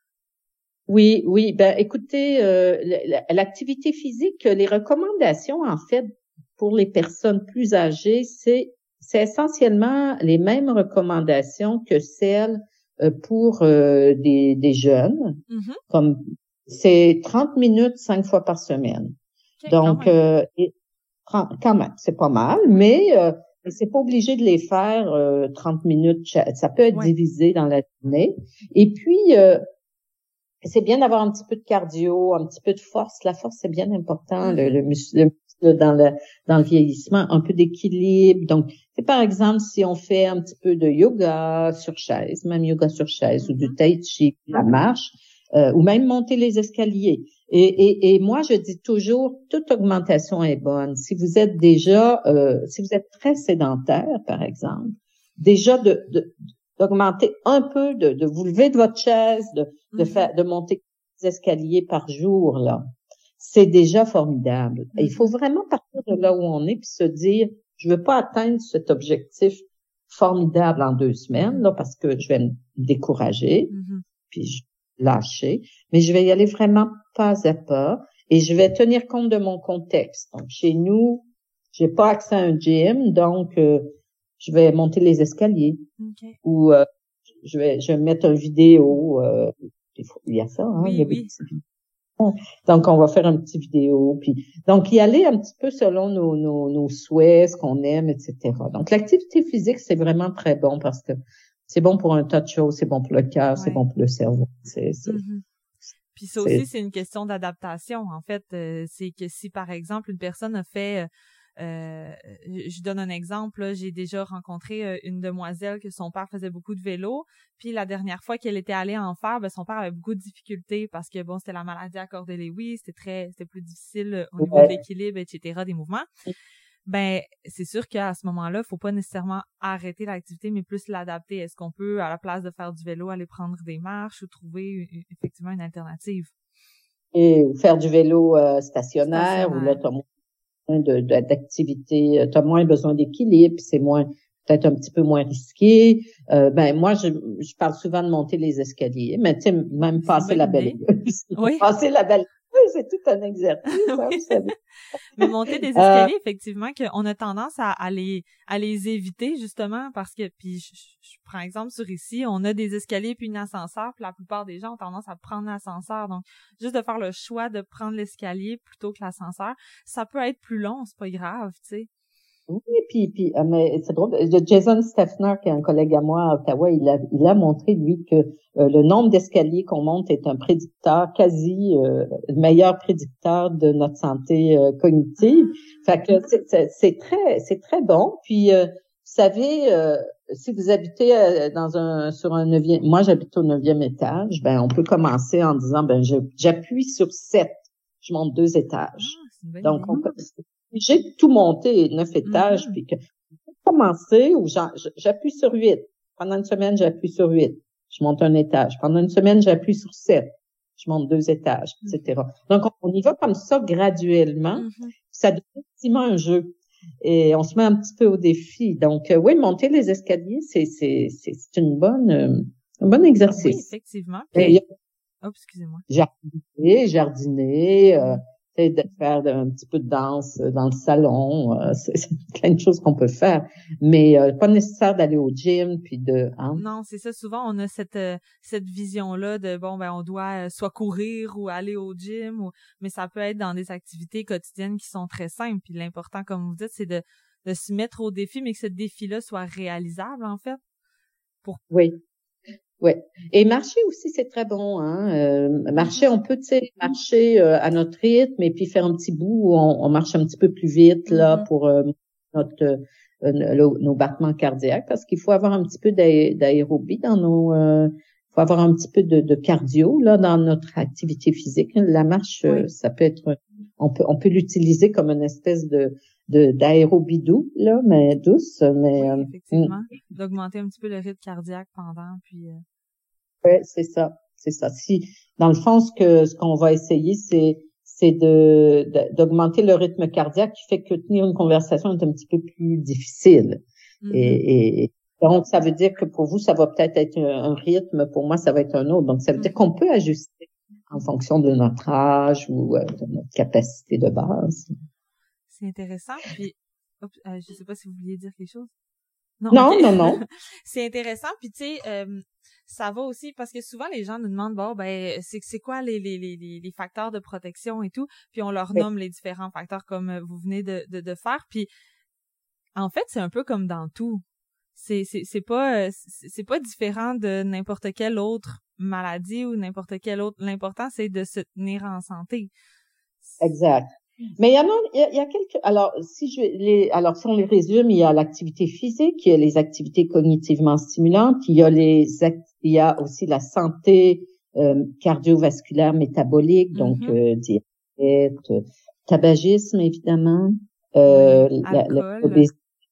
Oui, oui. Ben, écoutez, euh, l'activité physique, les recommandations, en fait, pour les personnes plus âgées, c'est c'est essentiellement les mêmes recommandations que celles euh, pour euh, des, des jeunes. Mm-hmm. Comme c'est trente minutes cinq fois par semaine. Okay, Donc, quand même, euh, et, quand même c'est pas mal, mais euh, c'est pas obligé de les faire euh, trente minutes. Ça peut être ouais. divisé dans la journée. Et puis, euh, c'est bien d'avoir un petit peu de cardio, un petit peu de force. La force, c'est bien important. Mm-hmm. Le, le muscle, le muscle dans le dans le vieillissement, un peu d'équilibre. Donc, c'est par exemple si on fait un petit peu de yoga sur chaise, même yoga sur chaise, mm-hmm. ou du tai chi, la marche, euh, ou même monter les escaliers. Et, et, et moi, je dis toujours, toute augmentation est bonne. Si vous êtes déjà, euh, si vous êtes très sédentaire, par exemple, déjà de, de d'augmenter un peu, de, de vous lever de votre chaise, de, de faire, de monter des escaliers par jour, là. C'est déjà formidable. Et il faut vraiment partir de là où on est puis se dire, je veux pas atteindre cet objectif formidable en deux semaines, là, parce que je vais me décourager, mm-hmm. puis je vais lâcher, mais je vais y aller vraiment pas à pas et je vais tenir compte de mon contexte. Donc, chez nous, j'ai pas accès à un gym, donc, euh, je vais monter les escaliers. Okay. Ou euh, je vais je vais mettre une vidéo. Euh, il y a ça, hein? Oui, il y a oui. Donc, on va faire une petite vidéo. Puis, donc, y aller un petit peu selon nos, nos, nos souhaits, ce qu'on aime, et cetera. Donc, l'activité physique, c'est vraiment très bon parce que c'est bon pour un tas de choses. C'est bon pour le cœur, ouais. c'est bon pour le cerveau. C'est, c'est, mm-hmm. Puis ça aussi, c'est, c'est une question d'adaptation. En fait, euh, c'est que si, par exemple, une personne a fait... Euh, Euh, je donne un exemple, là, j'ai déjà rencontré euh, une demoiselle que son père faisait beaucoup de vélo, puis la dernière fois qu'elle était allée en faire, ben, son père avait beaucoup de difficultés parce que bon, c'était la maladie à Cordéléwis, c'était très, c'était plus difficile euh, au niveau ouais. de l'équilibre, et cetera, des mouvements. Ben, c'est sûr qu'à ce moment-là, faut pas nécessairement arrêter l'activité, mais plus l'adapter. Est-ce qu'on peut, à la place de faire du vélo, aller prendre des marches ou trouver une, effectivement une alternative? Et faire du vélo euh, stationnaire, stationnaire, ou là, t'as De, de, d'activité, tu as moins besoin d'équilibre, c'est moins peut-être un petit peu moins risqué. Euh, ben moi, je, je parle souvent de monter les escaliers, mais tu sais, même passer la balayeuse. Oui. Passer la balayeuse, c'est tout un exercice, hein, vous savez. Mais monter des escaliers, euh, effectivement, qu'on a tendance à, à les à les éviter, justement, parce que, puis je, je prends exemple sur ici, on a des escaliers puis un ascenseur, puis la plupart des gens ont tendance à prendre l'ascenseur. Donc, juste de faire le choix de prendre l'escalier plutôt que l'ascenseur, ça peut être plus long, c'est pas grave, tu sais. Oui, puis, puis euh, mais c'est drôle. Jason Steffner, qui est un collègue à moi à Ottawa, il a, il a montré, lui, que euh, le nombre d'escaliers qu'on monte est un prédicteur, quasi euh, le meilleur prédicteur de notre santé euh, cognitive. Fait que c'est, c'est, c'est très c'est très bon. Puis, euh, vous savez, euh, si vous habitez euh, dans un sur un neuvième, moi j'habite au neuvième étage, ben on peut commencer en disant, ben je, j'appuie sur sept, je monte deux étages. Ah, donc on peut j'ai tout monté neuf étages, mm-hmm. puis que commencer ou j'appuie sur huit. Pendant une semaine, j'appuie sur huit. Je monte un étage. Pendant une semaine, j'appuie sur sept. Je monte deux étages, et cetera. Donc, on, on y va comme ça graduellement. Mm-hmm. Ça devient effectivement un jeu. Et on se met un petit peu au défi. Donc, euh, oui, monter les escaliers, c'est, c'est, c'est, c'est une bonne, euh, un bon exercice. Oui, effectivement. Puis... Et, oh, excusez-moi. Jardiner, jardiner, euh, de faire un petit peu de danse dans le salon, euh, c'est, c'est plein de choses qu'on peut faire, mais euh, pas nécessaire d'aller au gym puis de. Hein? Non, c'est ça. Souvent, on a cette euh, cette vision-là de bon, ben on doit euh, soit courir ou aller au gym, ou mais ça peut être dans des activités quotidiennes qui sont très simples. Puis l'important, comme vous dites, c'est de de se mettre au défi, mais que ce défi-là soit réalisable en fait. Pour oui. Oui. Et marcher aussi, c'est très bon, hein. Euh, marcher, on peut, tu sais, marcher euh, à notre rythme et puis faire un petit bout où on, on marche un petit peu plus vite, là, mm-hmm. pour euh, notre euh, le, nos battements cardiaques, parce qu'il faut avoir un petit peu d'a- d'aérobie dans nos... Euh, il faut avoir un petit peu de, de cardio, là, dans notre activité physique. La marche, oui. euh, ça peut être... On peut on peut l'utiliser comme une espèce de... de d'aérobie doux, là, mais douce, mais... Oui, effectivement. Euh, d'augmenter un petit peu le rythme cardiaque pendant, puis... Euh... Oui, c'est ça, c'est ça. Si, dans le fond, ce que ce qu'on va essayer, c'est c'est de, de d'augmenter le rythme cardiaque, qui fait que tenir une conversation est un petit peu plus difficile. Mm-hmm. Et, et donc, ça veut dire que pour vous, ça va peut-être être un, un rythme, pour moi, ça va être un autre. Donc, ça veut mm-hmm. dire qu'on peut ajuster en fonction de notre âge ou euh, de notre capacité de base. C'est intéressant. Puis, hop, euh, je sais pas si vous vouliez dire quelque chose. Non, non, okay. non, non. C'est intéressant. Puis, tu sais, euh, ça va aussi parce que souvent, les gens nous demandent, bon, ben, c'est, c'est quoi les, les, les, les facteurs de protection et tout. Puis, on leur nomme oui. les différents facteurs comme vous venez de, de, de faire. Puis, en fait, c'est un peu comme dans tout. C'est, c'est, c'est pas, c'est, c'est pas différent de n'importe quelle autre maladie ou n'importe quelle autre. L'important, c'est de se tenir en santé. Exact. Mais il y en a, il y a, il y a quelques, alors, si je les, alors, si on les résume, il y a l'activité physique, il y a les activités cognitivement stimulantes, il y a les, il y a aussi la santé, euh, cardiovasculaire métabolique, donc, mm-hmm. euh, diabète, tabagisme, évidemment, euh, oui, la, la,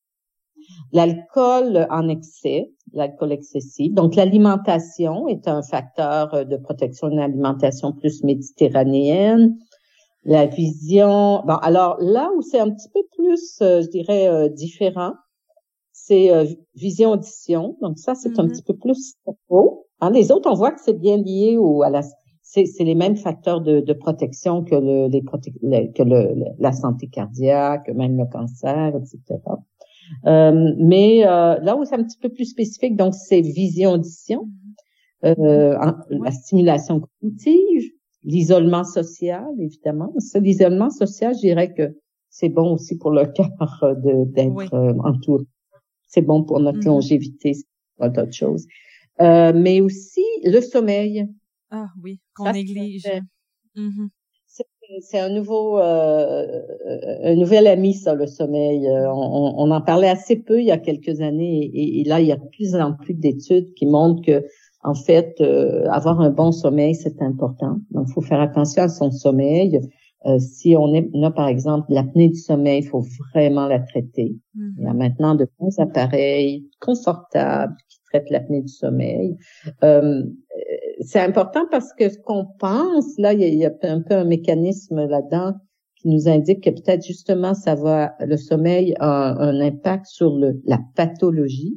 l'alcool en excès, l'alcool excessif. Donc, l'alimentation est un facteur de protection, d'une alimentation plus méditerranéenne. La vision, bon, alors là où c'est un petit peu plus, euh, je dirais, euh, différent, c'est euh, vision-audition. Donc ça, c'est mm-hmm. un petit peu plus haut. Hein, les autres, on voit que c'est bien lié au, à la, c'est, c'est les mêmes facteurs de, de protection que le, les prote- le, que le, la santé cardiaque, même le cancer, et cetera. Euh, mais euh, là où c'est un petit peu plus spécifique, donc c'est vision-audition, euh, en, ouais. la stimulation cognitive. L'isolement social, évidemment. Ça, l'isolement social, je dirais que c'est bon aussi pour le cœur de, d'être oui. euh, entouré. C'est bon pour notre mm-hmm. longévité, c'est pas d'autre chose. Euh, mais aussi le sommeil. Ah oui, qu'on ça, néglige. C'est, mm-hmm. c'est, c'est un nouveau, euh, un nouvel ami, ça, le sommeil. Euh, on, on en parlait assez peu il y a quelques années, et, et là, il y a de plus en plus d'études qui montrent que en fait, euh, avoir un bon sommeil, c'est important. Donc, il faut faire attention à son sommeil. Euh, si on, est, on a, par exemple, l'apnée du sommeil, il faut vraiment la traiter. Mm-hmm. Il y a maintenant de bons appareils confortables qui traitent l'apnée du sommeil. Euh, c'est important parce que ce qu'on pense, là, il y, a, il y a un peu un mécanisme là-dedans qui nous indique que peut-être justement, ça va, le sommeil a un, un impact sur le, la pathologie.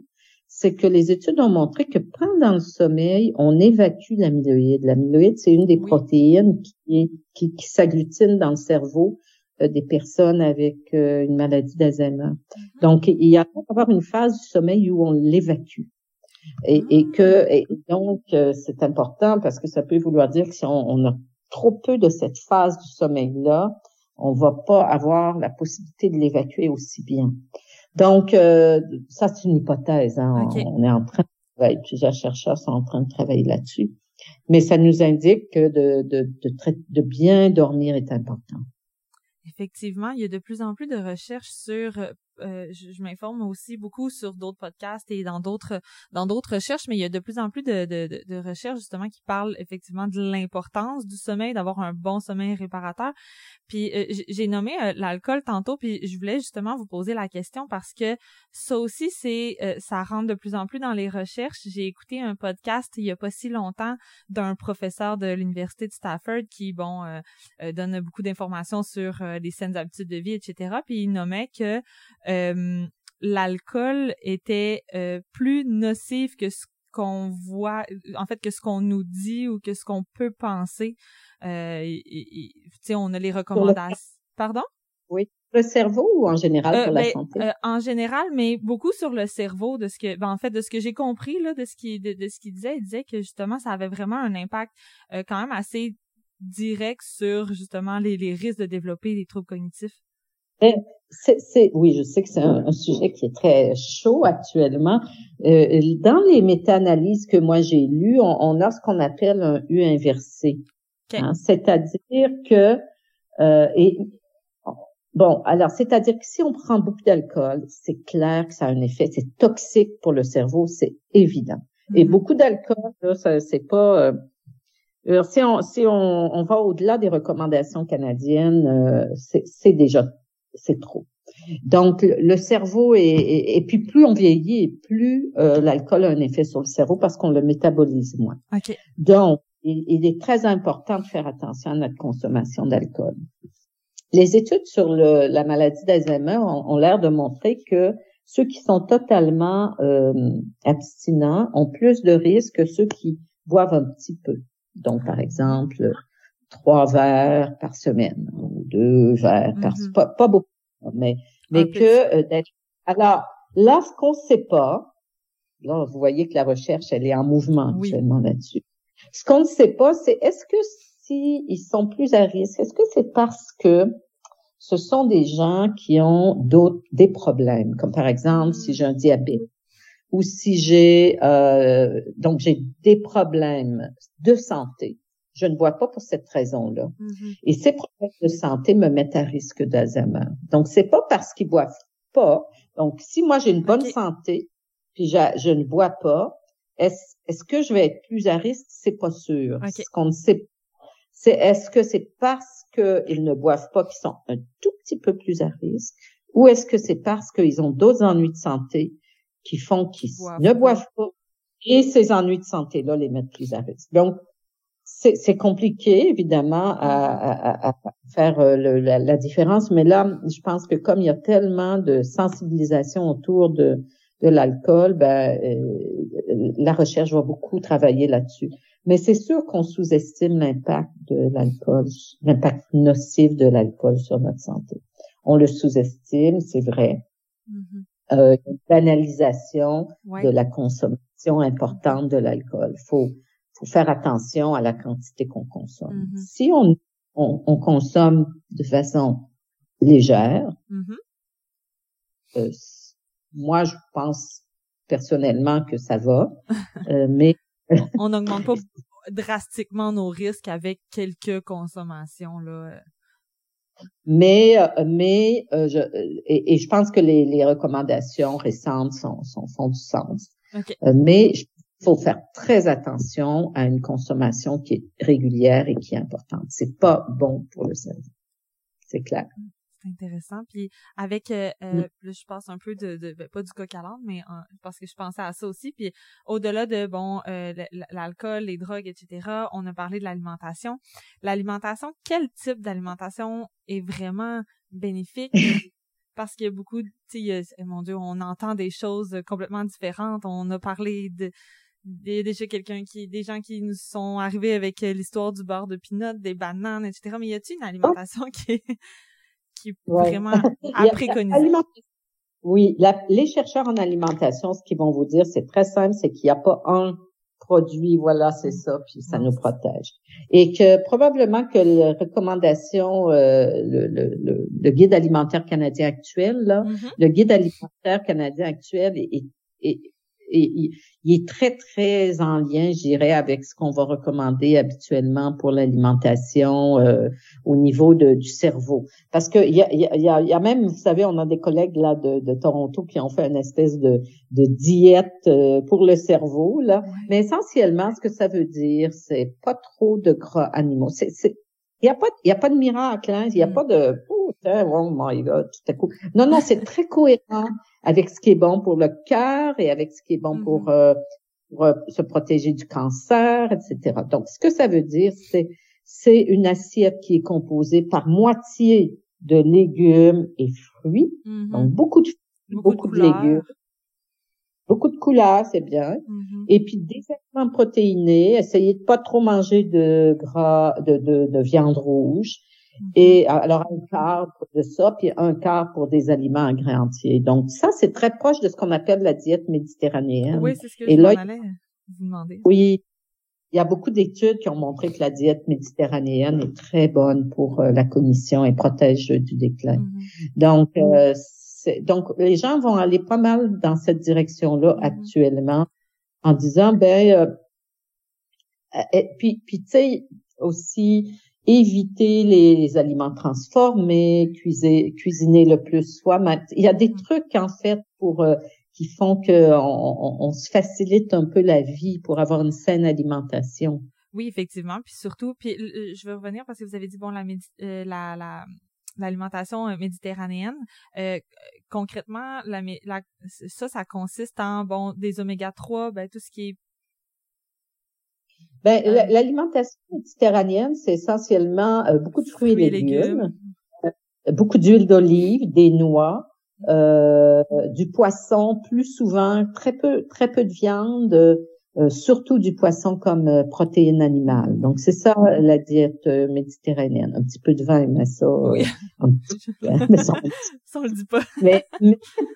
c'est que les études ont montré que pendant le sommeil, on évacue l'amyloïde. L'amyloïde, c'est une des oui. protéines qui, est, qui, qui s'agglutine dans le cerveau euh, des personnes avec euh, une maladie d'Alzheimer. Mm-hmm. Donc, il y a avoir une phase du sommeil où on l'évacue. Et, mm-hmm. et que et donc, euh, c'est important parce que ça peut vouloir dire que si on, on a trop peu de cette phase du sommeil-là, on va pas avoir la possibilité de l'évacuer aussi bien. Donc, euh, ça, c'est une hypothèse. Hein. Okay. On, on est en train de travailler, plusieurs chercheurs sont en train de travailler là-dessus. Mais ça nous indique que de, de, de, de, de bien dormir est important. Effectivement, il y a de plus en plus de recherches sur... Euh, je, je m'informe aussi beaucoup sur d'autres podcasts et dans d'autres dans d'autres recherches, mais il y a de plus en plus de, de, de, de recherches justement qui parlent effectivement de l'importance du sommeil, d'avoir un bon sommeil réparateur. Puis euh, j'ai nommé euh, l'alcool tantôt, puis je voulais justement vous poser la question parce que ça aussi, c'est euh, ça rentre de plus en plus dans les recherches. J'ai écouté un podcast il y a pas si longtemps d'un professeur de l'université de Stafford qui, bon, euh, euh, donne beaucoup d'informations sur euh, les saines habitudes de vie, et cetera. Puis il nommait que Euh, l'alcool était euh, plus nocif que ce qu'on voit, en fait, que ce qu'on nous dit ou que ce qu'on peut penser. Euh, tu sais, on a les recommandations. Pardon? Oui. Le cerveau ou en général euh, pour ben, la santé? Euh, en général, mais beaucoup sur le cerveau, de ce que, ben, en fait, de ce que j'ai compris, là, de ce qu'il, de, de ce qu'il disait. Il disait que justement, ça avait vraiment un impact euh, quand même assez direct sur justement les, les risques de développer des troubles cognitifs. Et c'est, c'est, oui, je sais que c'est un, un sujet qui est très chaud actuellement. Euh, dans les méta-analyses que moi j'ai lues, on, on a ce qu'on appelle un U inversé. Okay. Hein, c'est-à-dire que, euh, et, bon, alors, c'est-à-dire que si on prend beaucoup d'alcool, c'est clair que ça a un effet, c'est toxique pour le cerveau, c'est évident. Mm-hmm. Et beaucoup d'alcool, là, ça, c'est pas... Euh, alors, si on, si on, on va au-delà des recommandations canadiennes, euh, c'est, c'est déjà c'est trop. Donc, le, le cerveau est, et, et puis plus on vieillit, plus euh, l'alcool a un effet sur le cerveau parce qu'on le métabolise moins. Okay. Donc, il, il est très important de faire attention à notre consommation d'alcool. Les études sur le, la maladie d'Alzheimer ont, ont l'air de montrer que ceux qui sont totalement euh, abstinents ont plus de risques que ceux qui boivent un petit peu. Donc, par exemple, trois verres par semaine ou deux verres par mm-hmm. pas, pas beaucoup, mais mais Un que euh, d'être. Alors là, ce qu'on sait pas, là vous voyez que la recherche elle est en mouvement oui. actuellement là-dessus. Ce qu'on ne sait pas, c'est est-ce que si ils sont plus à risque, est-ce que c'est parce que ce sont des gens qui ont d'autres des problèmes, comme par exemple mm-hmm. si j'ai un diabète ou si j'ai euh, donc j'ai des problèmes de santé. Je ne bois pas pour cette raison-là. Mm-hmm. Et ces problèmes de santé me mettent à risque d'Alzheimer. Donc, c'est pas parce qu'ils boivent pas. Donc, si moi, j'ai une bonne okay. santé, puis je, je ne bois pas, est-ce, est-ce que je vais être plus à risque? C'est pas sûr. Okay. Ce qu'on ne sait pas, c'est est-ce que c'est parce qu'ils ne boivent pas qu'ils sont un tout petit peu plus à risque, ou est-ce que c'est parce qu'ils ont d'autres ennuis de santé qui font qu'ils Boivent ne boivent pas, et ces ennuis de santé-là les mettent plus à risque. Donc, C'est, c'est compliqué, évidemment, à, à, à faire le, la, la différence, mais là, je pense que comme il y a tellement de sensibilisation autour de, de l'alcool, ben, euh, la recherche va beaucoup travailler là-dessus. Mais c'est sûr qu'on sous-estime l'impact de l'alcool, l'impact nocif de l'alcool sur notre santé. On le sous-estime, c'est vrai. Mm-hmm. Euh, banalisation ouais. de la consommation importante de l'alcool. Faut faut faire attention à la quantité qu'on consomme. Mm-hmm. Si on, on, on consomme de façon légère, mm-hmm. euh, moi, je pense personnellement que ça va, euh, mais... on n'augmente pas drastiquement nos risques avec quelques consommations, là. Mais, mais euh, je, et, et je pense que les, les recommandations récentes sont, sont, font du sens. Okay. Euh, mais je Il faut faire très attention à une consommation qui est régulière et qui est importante. C'est pas bon pour le cerveau. C'est clair. C'est intéressant. Puis avec, euh, euh, là, je passe un peu de, de ben, pas du coq à l'âne, mais euh, parce que je pensais à ça aussi. Puis au-delà de bon, euh, l'alcool, les drogues, et cetera, on a parlé de l'alimentation. L'alimentation, quel type d'alimentation est vraiment bénéfique? parce qu'il y a beaucoup, tu sais, mon Dieu, on entend des choses complètement différentes. On a parlé de, des, déjà quelqu'un qui, des gens qui nous sont arrivés avec l'histoire du beurre de pinot, des bananes, et cetera. Mais y a-t-il une alimentation qui est, qui est ouais. vraiment à préconiser? Oui, la, les chercheurs en alimentation, ce qu'ils vont vous dire, c'est très simple, c'est qu'il n'y a pas un produit, voilà, c'est ça, puis ça nous protège. Et que probablement que les recommandations, euh, le, le, le, le guide alimentaire canadien actuel, là, mm-hmm. le guide alimentaire canadien actuel est, est, est, est, il est très, très en lien, je dirais, avec ce qu'on va recommander habituellement pour l'alimentation euh, au niveau de, du cerveau. Parce que il y a, il y a, il y a même, vous savez, on a des collègues là de, de Toronto qui ont fait une espèce de, de diète euh, pour le cerveau, là. Ouais. Mais essentiellement, ce que ça veut dire, c'est pas trop de gras animaux. C'est, c'est, il y a pas, il y a pas de miracle, hein. Il y a mm. pas de, oh, oh my God, tout à coup. Non, non, c'est très cohérent avec ce qui est bon pour le cœur et avec ce qui est bon mm-hmm. pour, euh, pour euh, se protéger du cancer, et cetera. Donc, ce que ça veut dire, c'est, c'est une assiette qui est composée par moitié de légumes et fruits. Mm-hmm. Donc, beaucoup de beaucoup, beaucoup de, de légumes. Beaucoup de couleurs, c'est bien. Mm-hmm. Et puis, des aliments protéinés. Essayez de pas trop manger de gras, de, de, de viande rouge. Mm-hmm. Et alors, un quart de ça, puis un quart pour des aliments en grains entiers. Donc, ça, c'est très proche de ce qu'on appelle la diète méditerranéenne. Oui, c'est ce que Et je là, m'en allais vous demander. Oui. Il y a beaucoup d'études qui ont montré que la diète méditerranéenne est très bonne pour euh, la cognition et protège du déclin. Mm-hmm. Donc, euh, c'est, donc, les gens vont aller pas mal dans cette direction-là mm-hmm. actuellement en disant, ben, euh, et puis, puis tu sais, aussi, éviter les aliments transformés, cuisiner, cuisiner le plus soi-même. Il y a des trucs, en fait, pour euh, qui font que on, on, on se facilite un peu la vie pour avoir une saine alimentation. Oui, effectivement. Puis surtout, puis euh, je vais revenir parce que vous avez dit, bon, la, médi- euh, la, la l'alimentation méditerranéenne, euh, concrètement, la, la, ça, ça consiste en, bon, des oméga trois, ben, tout ce qui est Ben, euh, l'alimentation méditerranéenne, c'est essentiellement euh, beaucoup de fruits, fruits et légumes, légumes. Euh, beaucoup d'huile d'olive, des noix, euh, du poisson, plus souvent, très peu, très peu de viande, euh, surtout du poisson comme euh, protéine animale. Donc, c'est ça la diète euh, méditerranéenne. Un petit peu de vin, mais ça, oui. euh, un petit peu, mais ça, on, ça, on le dit pas. mais, mais,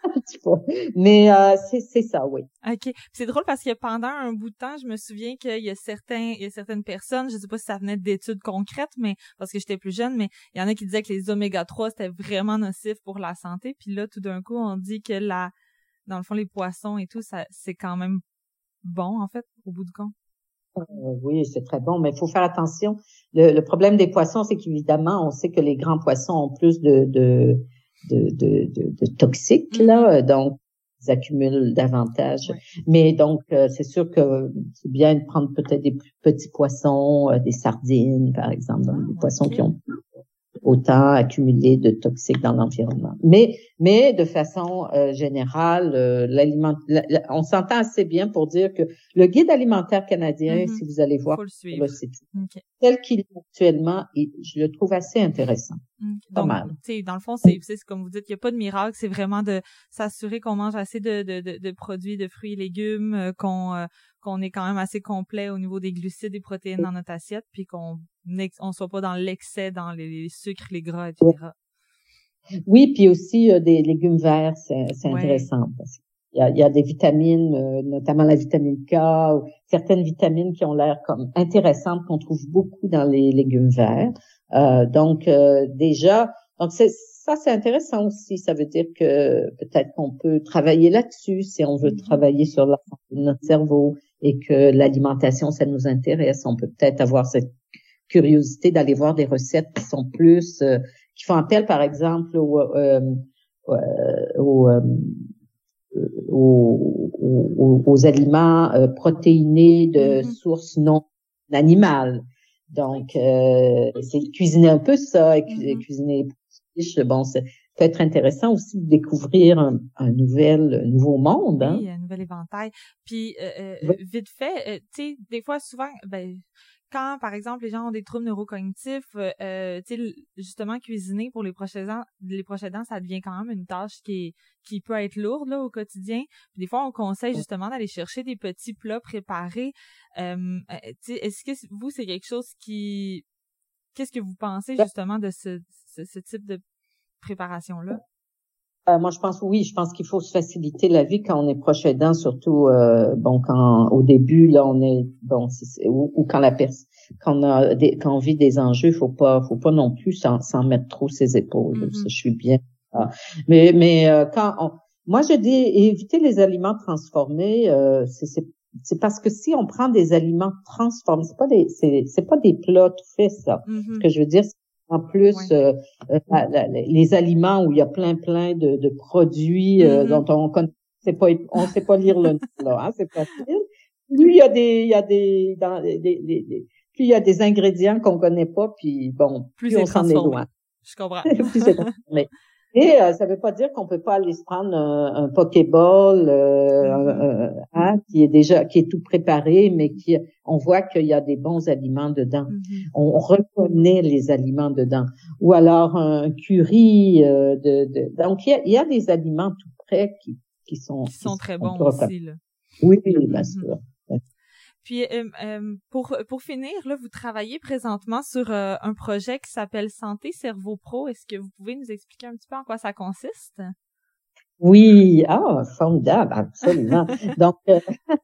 mais euh, c'est, c'est ça, oui. OK. C'est drôle parce que pendant un bout de temps, je me souviens qu'il y a certains, il y a certaines personnes, je sais pas si ça venait d'études concrètes, mais parce que j'étais plus jeune, mais il y en a qui disaient que les oméga trois, c'était vraiment nocif pour la santé. Puis là, tout d'un coup, on dit que la, dans le fond, les poissons et tout, ça, c'est quand même bon, en fait, au bout du compte. Euh, oui, c'est très bon, mais il faut faire attention. Le, le problème des poissons, c'est qu'évidemment, on sait que les grands poissons ont plus de, de, de, de, de, de toxiques, mm-hmm. là, donc ils accumulent davantage. Ouais. Mais donc, euh, c'est sûr que c'est bien de prendre peut-être des plus petits poissons, euh, des sardines, par exemple, donc ah, des poissons okay. qui ont autant accumulé de toxiques dans l'environnement. Mais, mais de façon euh, générale, euh, l'aliment, la, la, on s'entend assez bien pour dire que le guide alimentaire canadien, mm-hmm. si vous allez voir, là, c'est tout. Okay. Tel qu'il est actuellement, et je le trouve assez intéressant. Okay. Pas Donc, mal. Tu sais, dans le fond, c'est, c'est comme vous dites, il n'y a pas de miracle, c'est vraiment de s'assurer qu'on mange assez de, de, de, de produits, de fruits et légumes, euh, qu'on euh, qu'on est quand même assez complet au niveau des glucides et protéines dans notre assiette, puis qu'on on soit pas dans l'excès, dans les, les sucres, les gras, et cetera. Oui, puis aussi euh, des légumes verts, c'est, c'est ouais. intéressant. Parce qu'il y a, il y a des vitamines, euh, notamment la vitamine K, ou certaines vitamines qui ont l'air comme intéressantes qu'on trouve beaucoup dans les légumes verts. Euh, donc euh, déjà, donc c'est ça, c'est intéressant aussi. Ça veut dire que peut-être qu'on peut travailler là-dessus si on veut mm-hmm. travailler sur la santé de notre cerveau et que l'alimentation, ça nous intéresse. On peut peut-être avoir cette curiosité d'aller voir des recettes qui sont plus, euh, qui font appel, par exemple, aux, euh, euh, aux, euh, aux, aux, aux aliments euh, protéinés de mm-hmm. sources non animales. Donc, euh, c'est cuisiner un peu ça, mm-hmm. cuisiner bon, c'est peut être intéressant aussi de découvrir un, un nouvel, un nouveau monde. Hein? Oui, un nouvel éventail. Puis, euh, oui. vite fait, euh, tu sais, des fois, souvent, ben, quand, par exemple, les gens ont des troubles neurocognitifs, euh, tu sais, justement, cuisiner pour les proches aidants, les proches aidants, ça devient quand même une tâche qui est, qui peut être lourde, là, au quotidien. Puis des fois, on conseille justement d'aller chercher des petits plats préparés. Euh, tu sais, est-ce que vous, c'est quelque chose qui, qu'est-ce que vous pensez, justement, de ce, ce, ce type de préparation-là? Euh, moi, je pense oui, je pense qu'il faut se faciliter la vie quand on est proche aidant, surtout euh, bon quand au début là on est bon c'est, c'est, ou, ou quand la personne quand on a des, quand on vit des enjeux, faut pas faut pas non plus s'en, s'en mettre trop ses épaules. Mm-hmm. Ça, je suis bien. Ah. Mais mais euh, quand on, moi je dis éviter les aliments transformés, euh, c'est, c'est c'est parce que si on prend des aliments transformés, c'est pas des c'est c'est pas des plats tout faits ça. Mm-hmm. Ce que je veux dire, c'est en plus, ouais. euh, la, la, les aliments où il y a plein, plein de, de produits euh, mm-hmm. dont on connaît, c'est pas, on sait pas lire le nom là, hein, c'est facile. Plus il y a des, il y a des, dans, des, des, des, plus il y a des ingrédients qu'on connaît pas, puis bon, plus, plus on s'en est loin. Je comprends. Plus c'est transformé. Et euh, ça veut pas dire qu'on peut pas aller se prendre un, un Pokéball euh, mm-hmm. un, hein, qui est déjà qui est tout préparé, mais qui on voit qu'il y a des bons aliments dedans. Mm-hmm. On, on reconnaît les aliments dedans. Ou alors un curry euh, de, de donc il y a, il y a des aliments tout prêts qui qui sont qui sont qui très bons aussi là. Oui, bien mm-hmm. sûr. Puis euh, euh, pour pour finir, là, vous travaillez présentement sur euh, un projet qui s'appelle Santé Cerveau Pro. Est-ce que vous pouvez nous expliquer un petit peu en quoi ça consiste? Oui, ah, formidable, absolument. Donc, euh,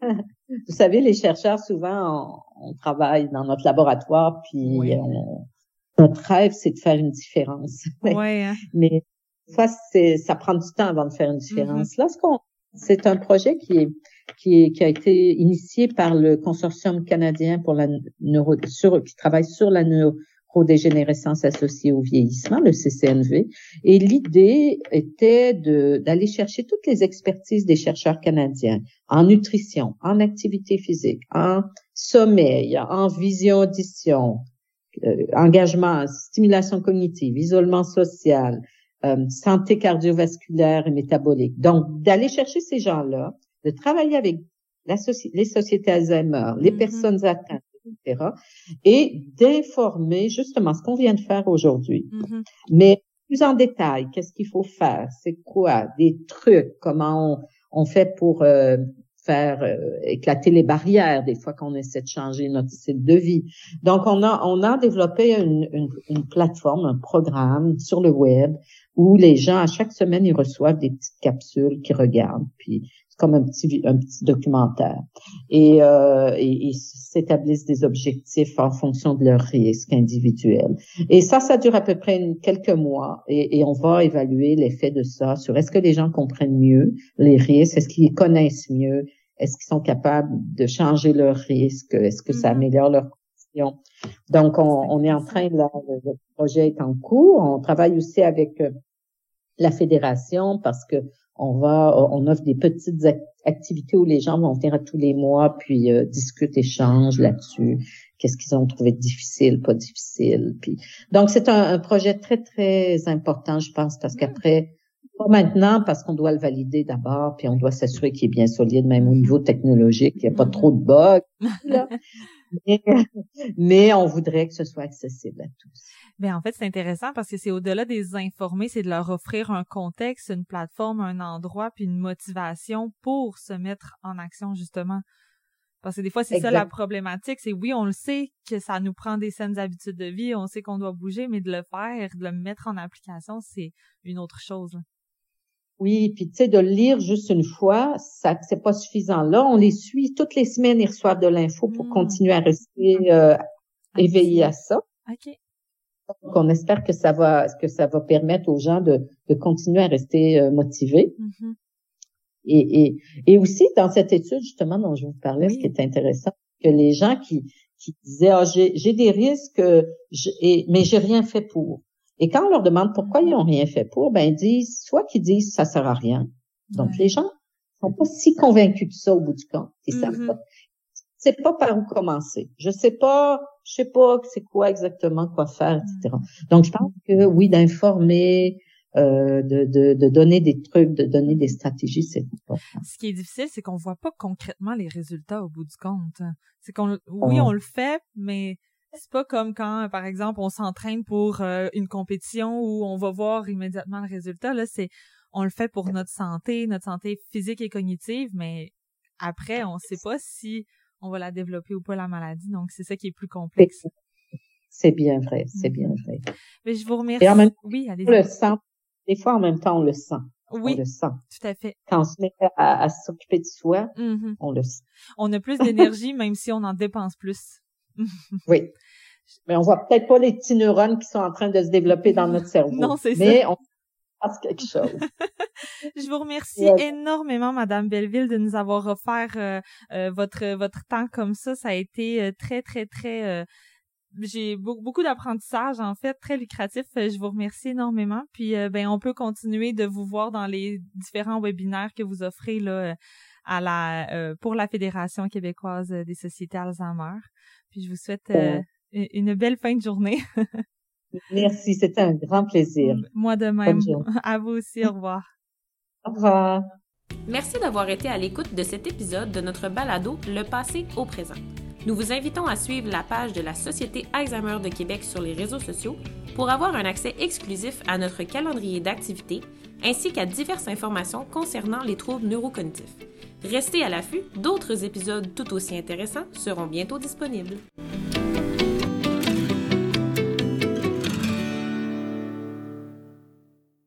vous savez, les chercheurs, souvent, on, on travaille dans notre laboratoire, puis oui. on, notre rêve, c'est de faire une différence. Ouais. Hein. Mais des fois, c'est, ça prend du temps avant de faire une différence. Mm-hmm. Là, ce qu'on C'est un projet qui est, qui est, qui a été initié par le Consortium canadien pour la neuro, sur, qui travaille sur la neurodégénérescence associée au vieillissement, le C C N V. Et l'idée était de, d'aller chercher toutes les expertises des chercheurs canadiens en nutrition, en activité physique, en sommeil, en vision audition, euh, engagement, stimulation cognitive, isolement social, Euh, santé cardiovasculaire et métabolique. Donc, d'aller chercher ces gens-là, de travailler avec la soci- les sociétés Alzheimer, les mm-hmm. personnes atteintes, et cetera, et d'informer justement ce qu'on vient de faire aujourd'hui. Mm-hmm. Mais plus en détail, qu'est-ce qu'il faut faire? C'est quoi? Des trucs? Comment on, on fait pour euh, faire euh, éclater les barrières des fois qu'on essaie de changer notre style de vie. Donc, on a on a développé une, une, une plateforme, un programme sur le web où les gens, à chaque semaine, ils reçoivent des petites capsules qu'ils regardent, puis c'est comme un petit un petit documentaire. Et, euh, et ils s'établissent des objectifs en fonction de leur risque individuel. Et ça, ça dure à peu près une, quelques mois, et, et on va évaluer l'effet de ça sur est-ce que les gens comprennent mieux les risques, est-ce qu'ils connaissent mieux, est-ce qu'ils sont capables de changer leurs risques, est-ce que ça améliore leur condition. Donc, on, on est en train, là, le projet est en cours. On travaille aussi avec euh, la fédération parce que on va, on offre des petites activités où les gens vont venir à tous les mois puis euh, discutent, échangent là-dessus. Qu'est-ce qu'ils ont trouvé difficile, pas difficile. Puis donc c'est un, un projet très très important, je pense, parce qu'après, pas maintenant parce qu'on doit le valider d'abord, puis on doit s'assurer qu'il est bien solide, même au niveau technologique, qu'il n'y a pas trop de bugs. Là. Mais, mais on voudrait que ce soit accessible à tous. Ben en fait, c'est intéressant parce que c'est au-delà des informer, c'est de leur offrir un contexte, une plateforme, un endroit, puis une motivation pour se mettre en action, justement. Parce que des fois, c'est exact. Ça la problématique, c'est oui, on le sait que ça nous prend des saines habitudes de vie, on sait qu'on doit bouger, mais de le faire, de le mettre en application, c'est une autre chose. Là. Oui, puis tu sais, de le lire juste une fois, ça c'est pas suffisant. Là, on les suit toutes les semaines, ils reçoivent de l'info pour mmh. continuer à rester euh, éveillés à ça. OK. Donc, on espère que ça va que ça va permettre aux gens de, de continuer à rester euh, motivés. Mmh. Et, et, et aussi, dans cette étude, justement, dont je vous parlais, oui. ce qui est intéressant, que les gens qui, qui disaient, ah, j'ai, j'ai des risques, je, et, mais j'ai rien fait pour. Et quand on leur demande pourquoi ils ont rien fait pour, ben, ils disent, soit qu'ils disent, ça sert à rien. Donc, ouais. les gens sont pas si convaincus de ça au bout du compte. Ils mm-hmm. savent pas. Je sais pas par où commencer. Je sais pas, je sais pas c'est quoi exactement quoi faire, et cetera. Donc, je pense que oui, d'informer, euh, de, de, de donner des trucs, de donner des stratégies, c'est important. Ce qui est difficile, c'est qu'on voit pas concrètement les résultats au bout du compte. C'est qu'on, oui, oh. on le fait, mais c'est pas comme quand, par exemple, on s'entraîne pour euh, une compétition où on va voir immédiatement le résultat. Là, c'est, on le fait pour notre santé, notre santé physique et cognitive, mais après, on sait pas si on va la développer ou pas, la maladie. Donc, c'est ça qui est plus complexe. C'est bien vrai, c'est mm-hmm. bien vrai. Mais je vous remercie. Et en même temps, oui, allez-y. On le sent. Des fois, en même temps, on le sent. Oui, on le sent. Tout à fait. Quand on se met à, à s'occuper de soi, mm-hmm. on le sent. On a plus d'énergie, même si on en dépense plus. Oui. Mais on voit peut-être pas les petits neurones qui sont en train de se développer dans notre cerveau. Non, c'est mais ça. Mais on passe quelque chose. Je vous remercie ouais. énormément, Madame Belleville, de nous avoir offert euh, euh, votre votre temps comme ça. Ça a été euh, très, très, très... Euh, j'ai beaucoup, beaucoup d'apprentissage, en fait, très lucratif. Je vous remercie énormément. Puis, euh, ben, on peut continuer de vous voir dans les différents webinaires que vous offrez là à la euh, pour la Fédération québécoise des sociétés Alzheimer. Puis, je vous souhaite euh, ouais. une belle fin de journée. Merci, c'était un grand plaisir. Moi de même. À vous aussi, au revoir. Au revoir. Merci d'avoir été à l'écoute de cet épisode de notre balado Le passé au présent. Nous vous invitons à suivre la page de la Société Alzheimer de Québec sur les réseaux sociaux pour avoir un accès exclusif à notre calendrier d'activités ainsi qu'à diverses informations concernant les troubles neurocognitifs. Restez à l'affût, d'autres épisodes tout aussi intéressants seront bientôt disponibles.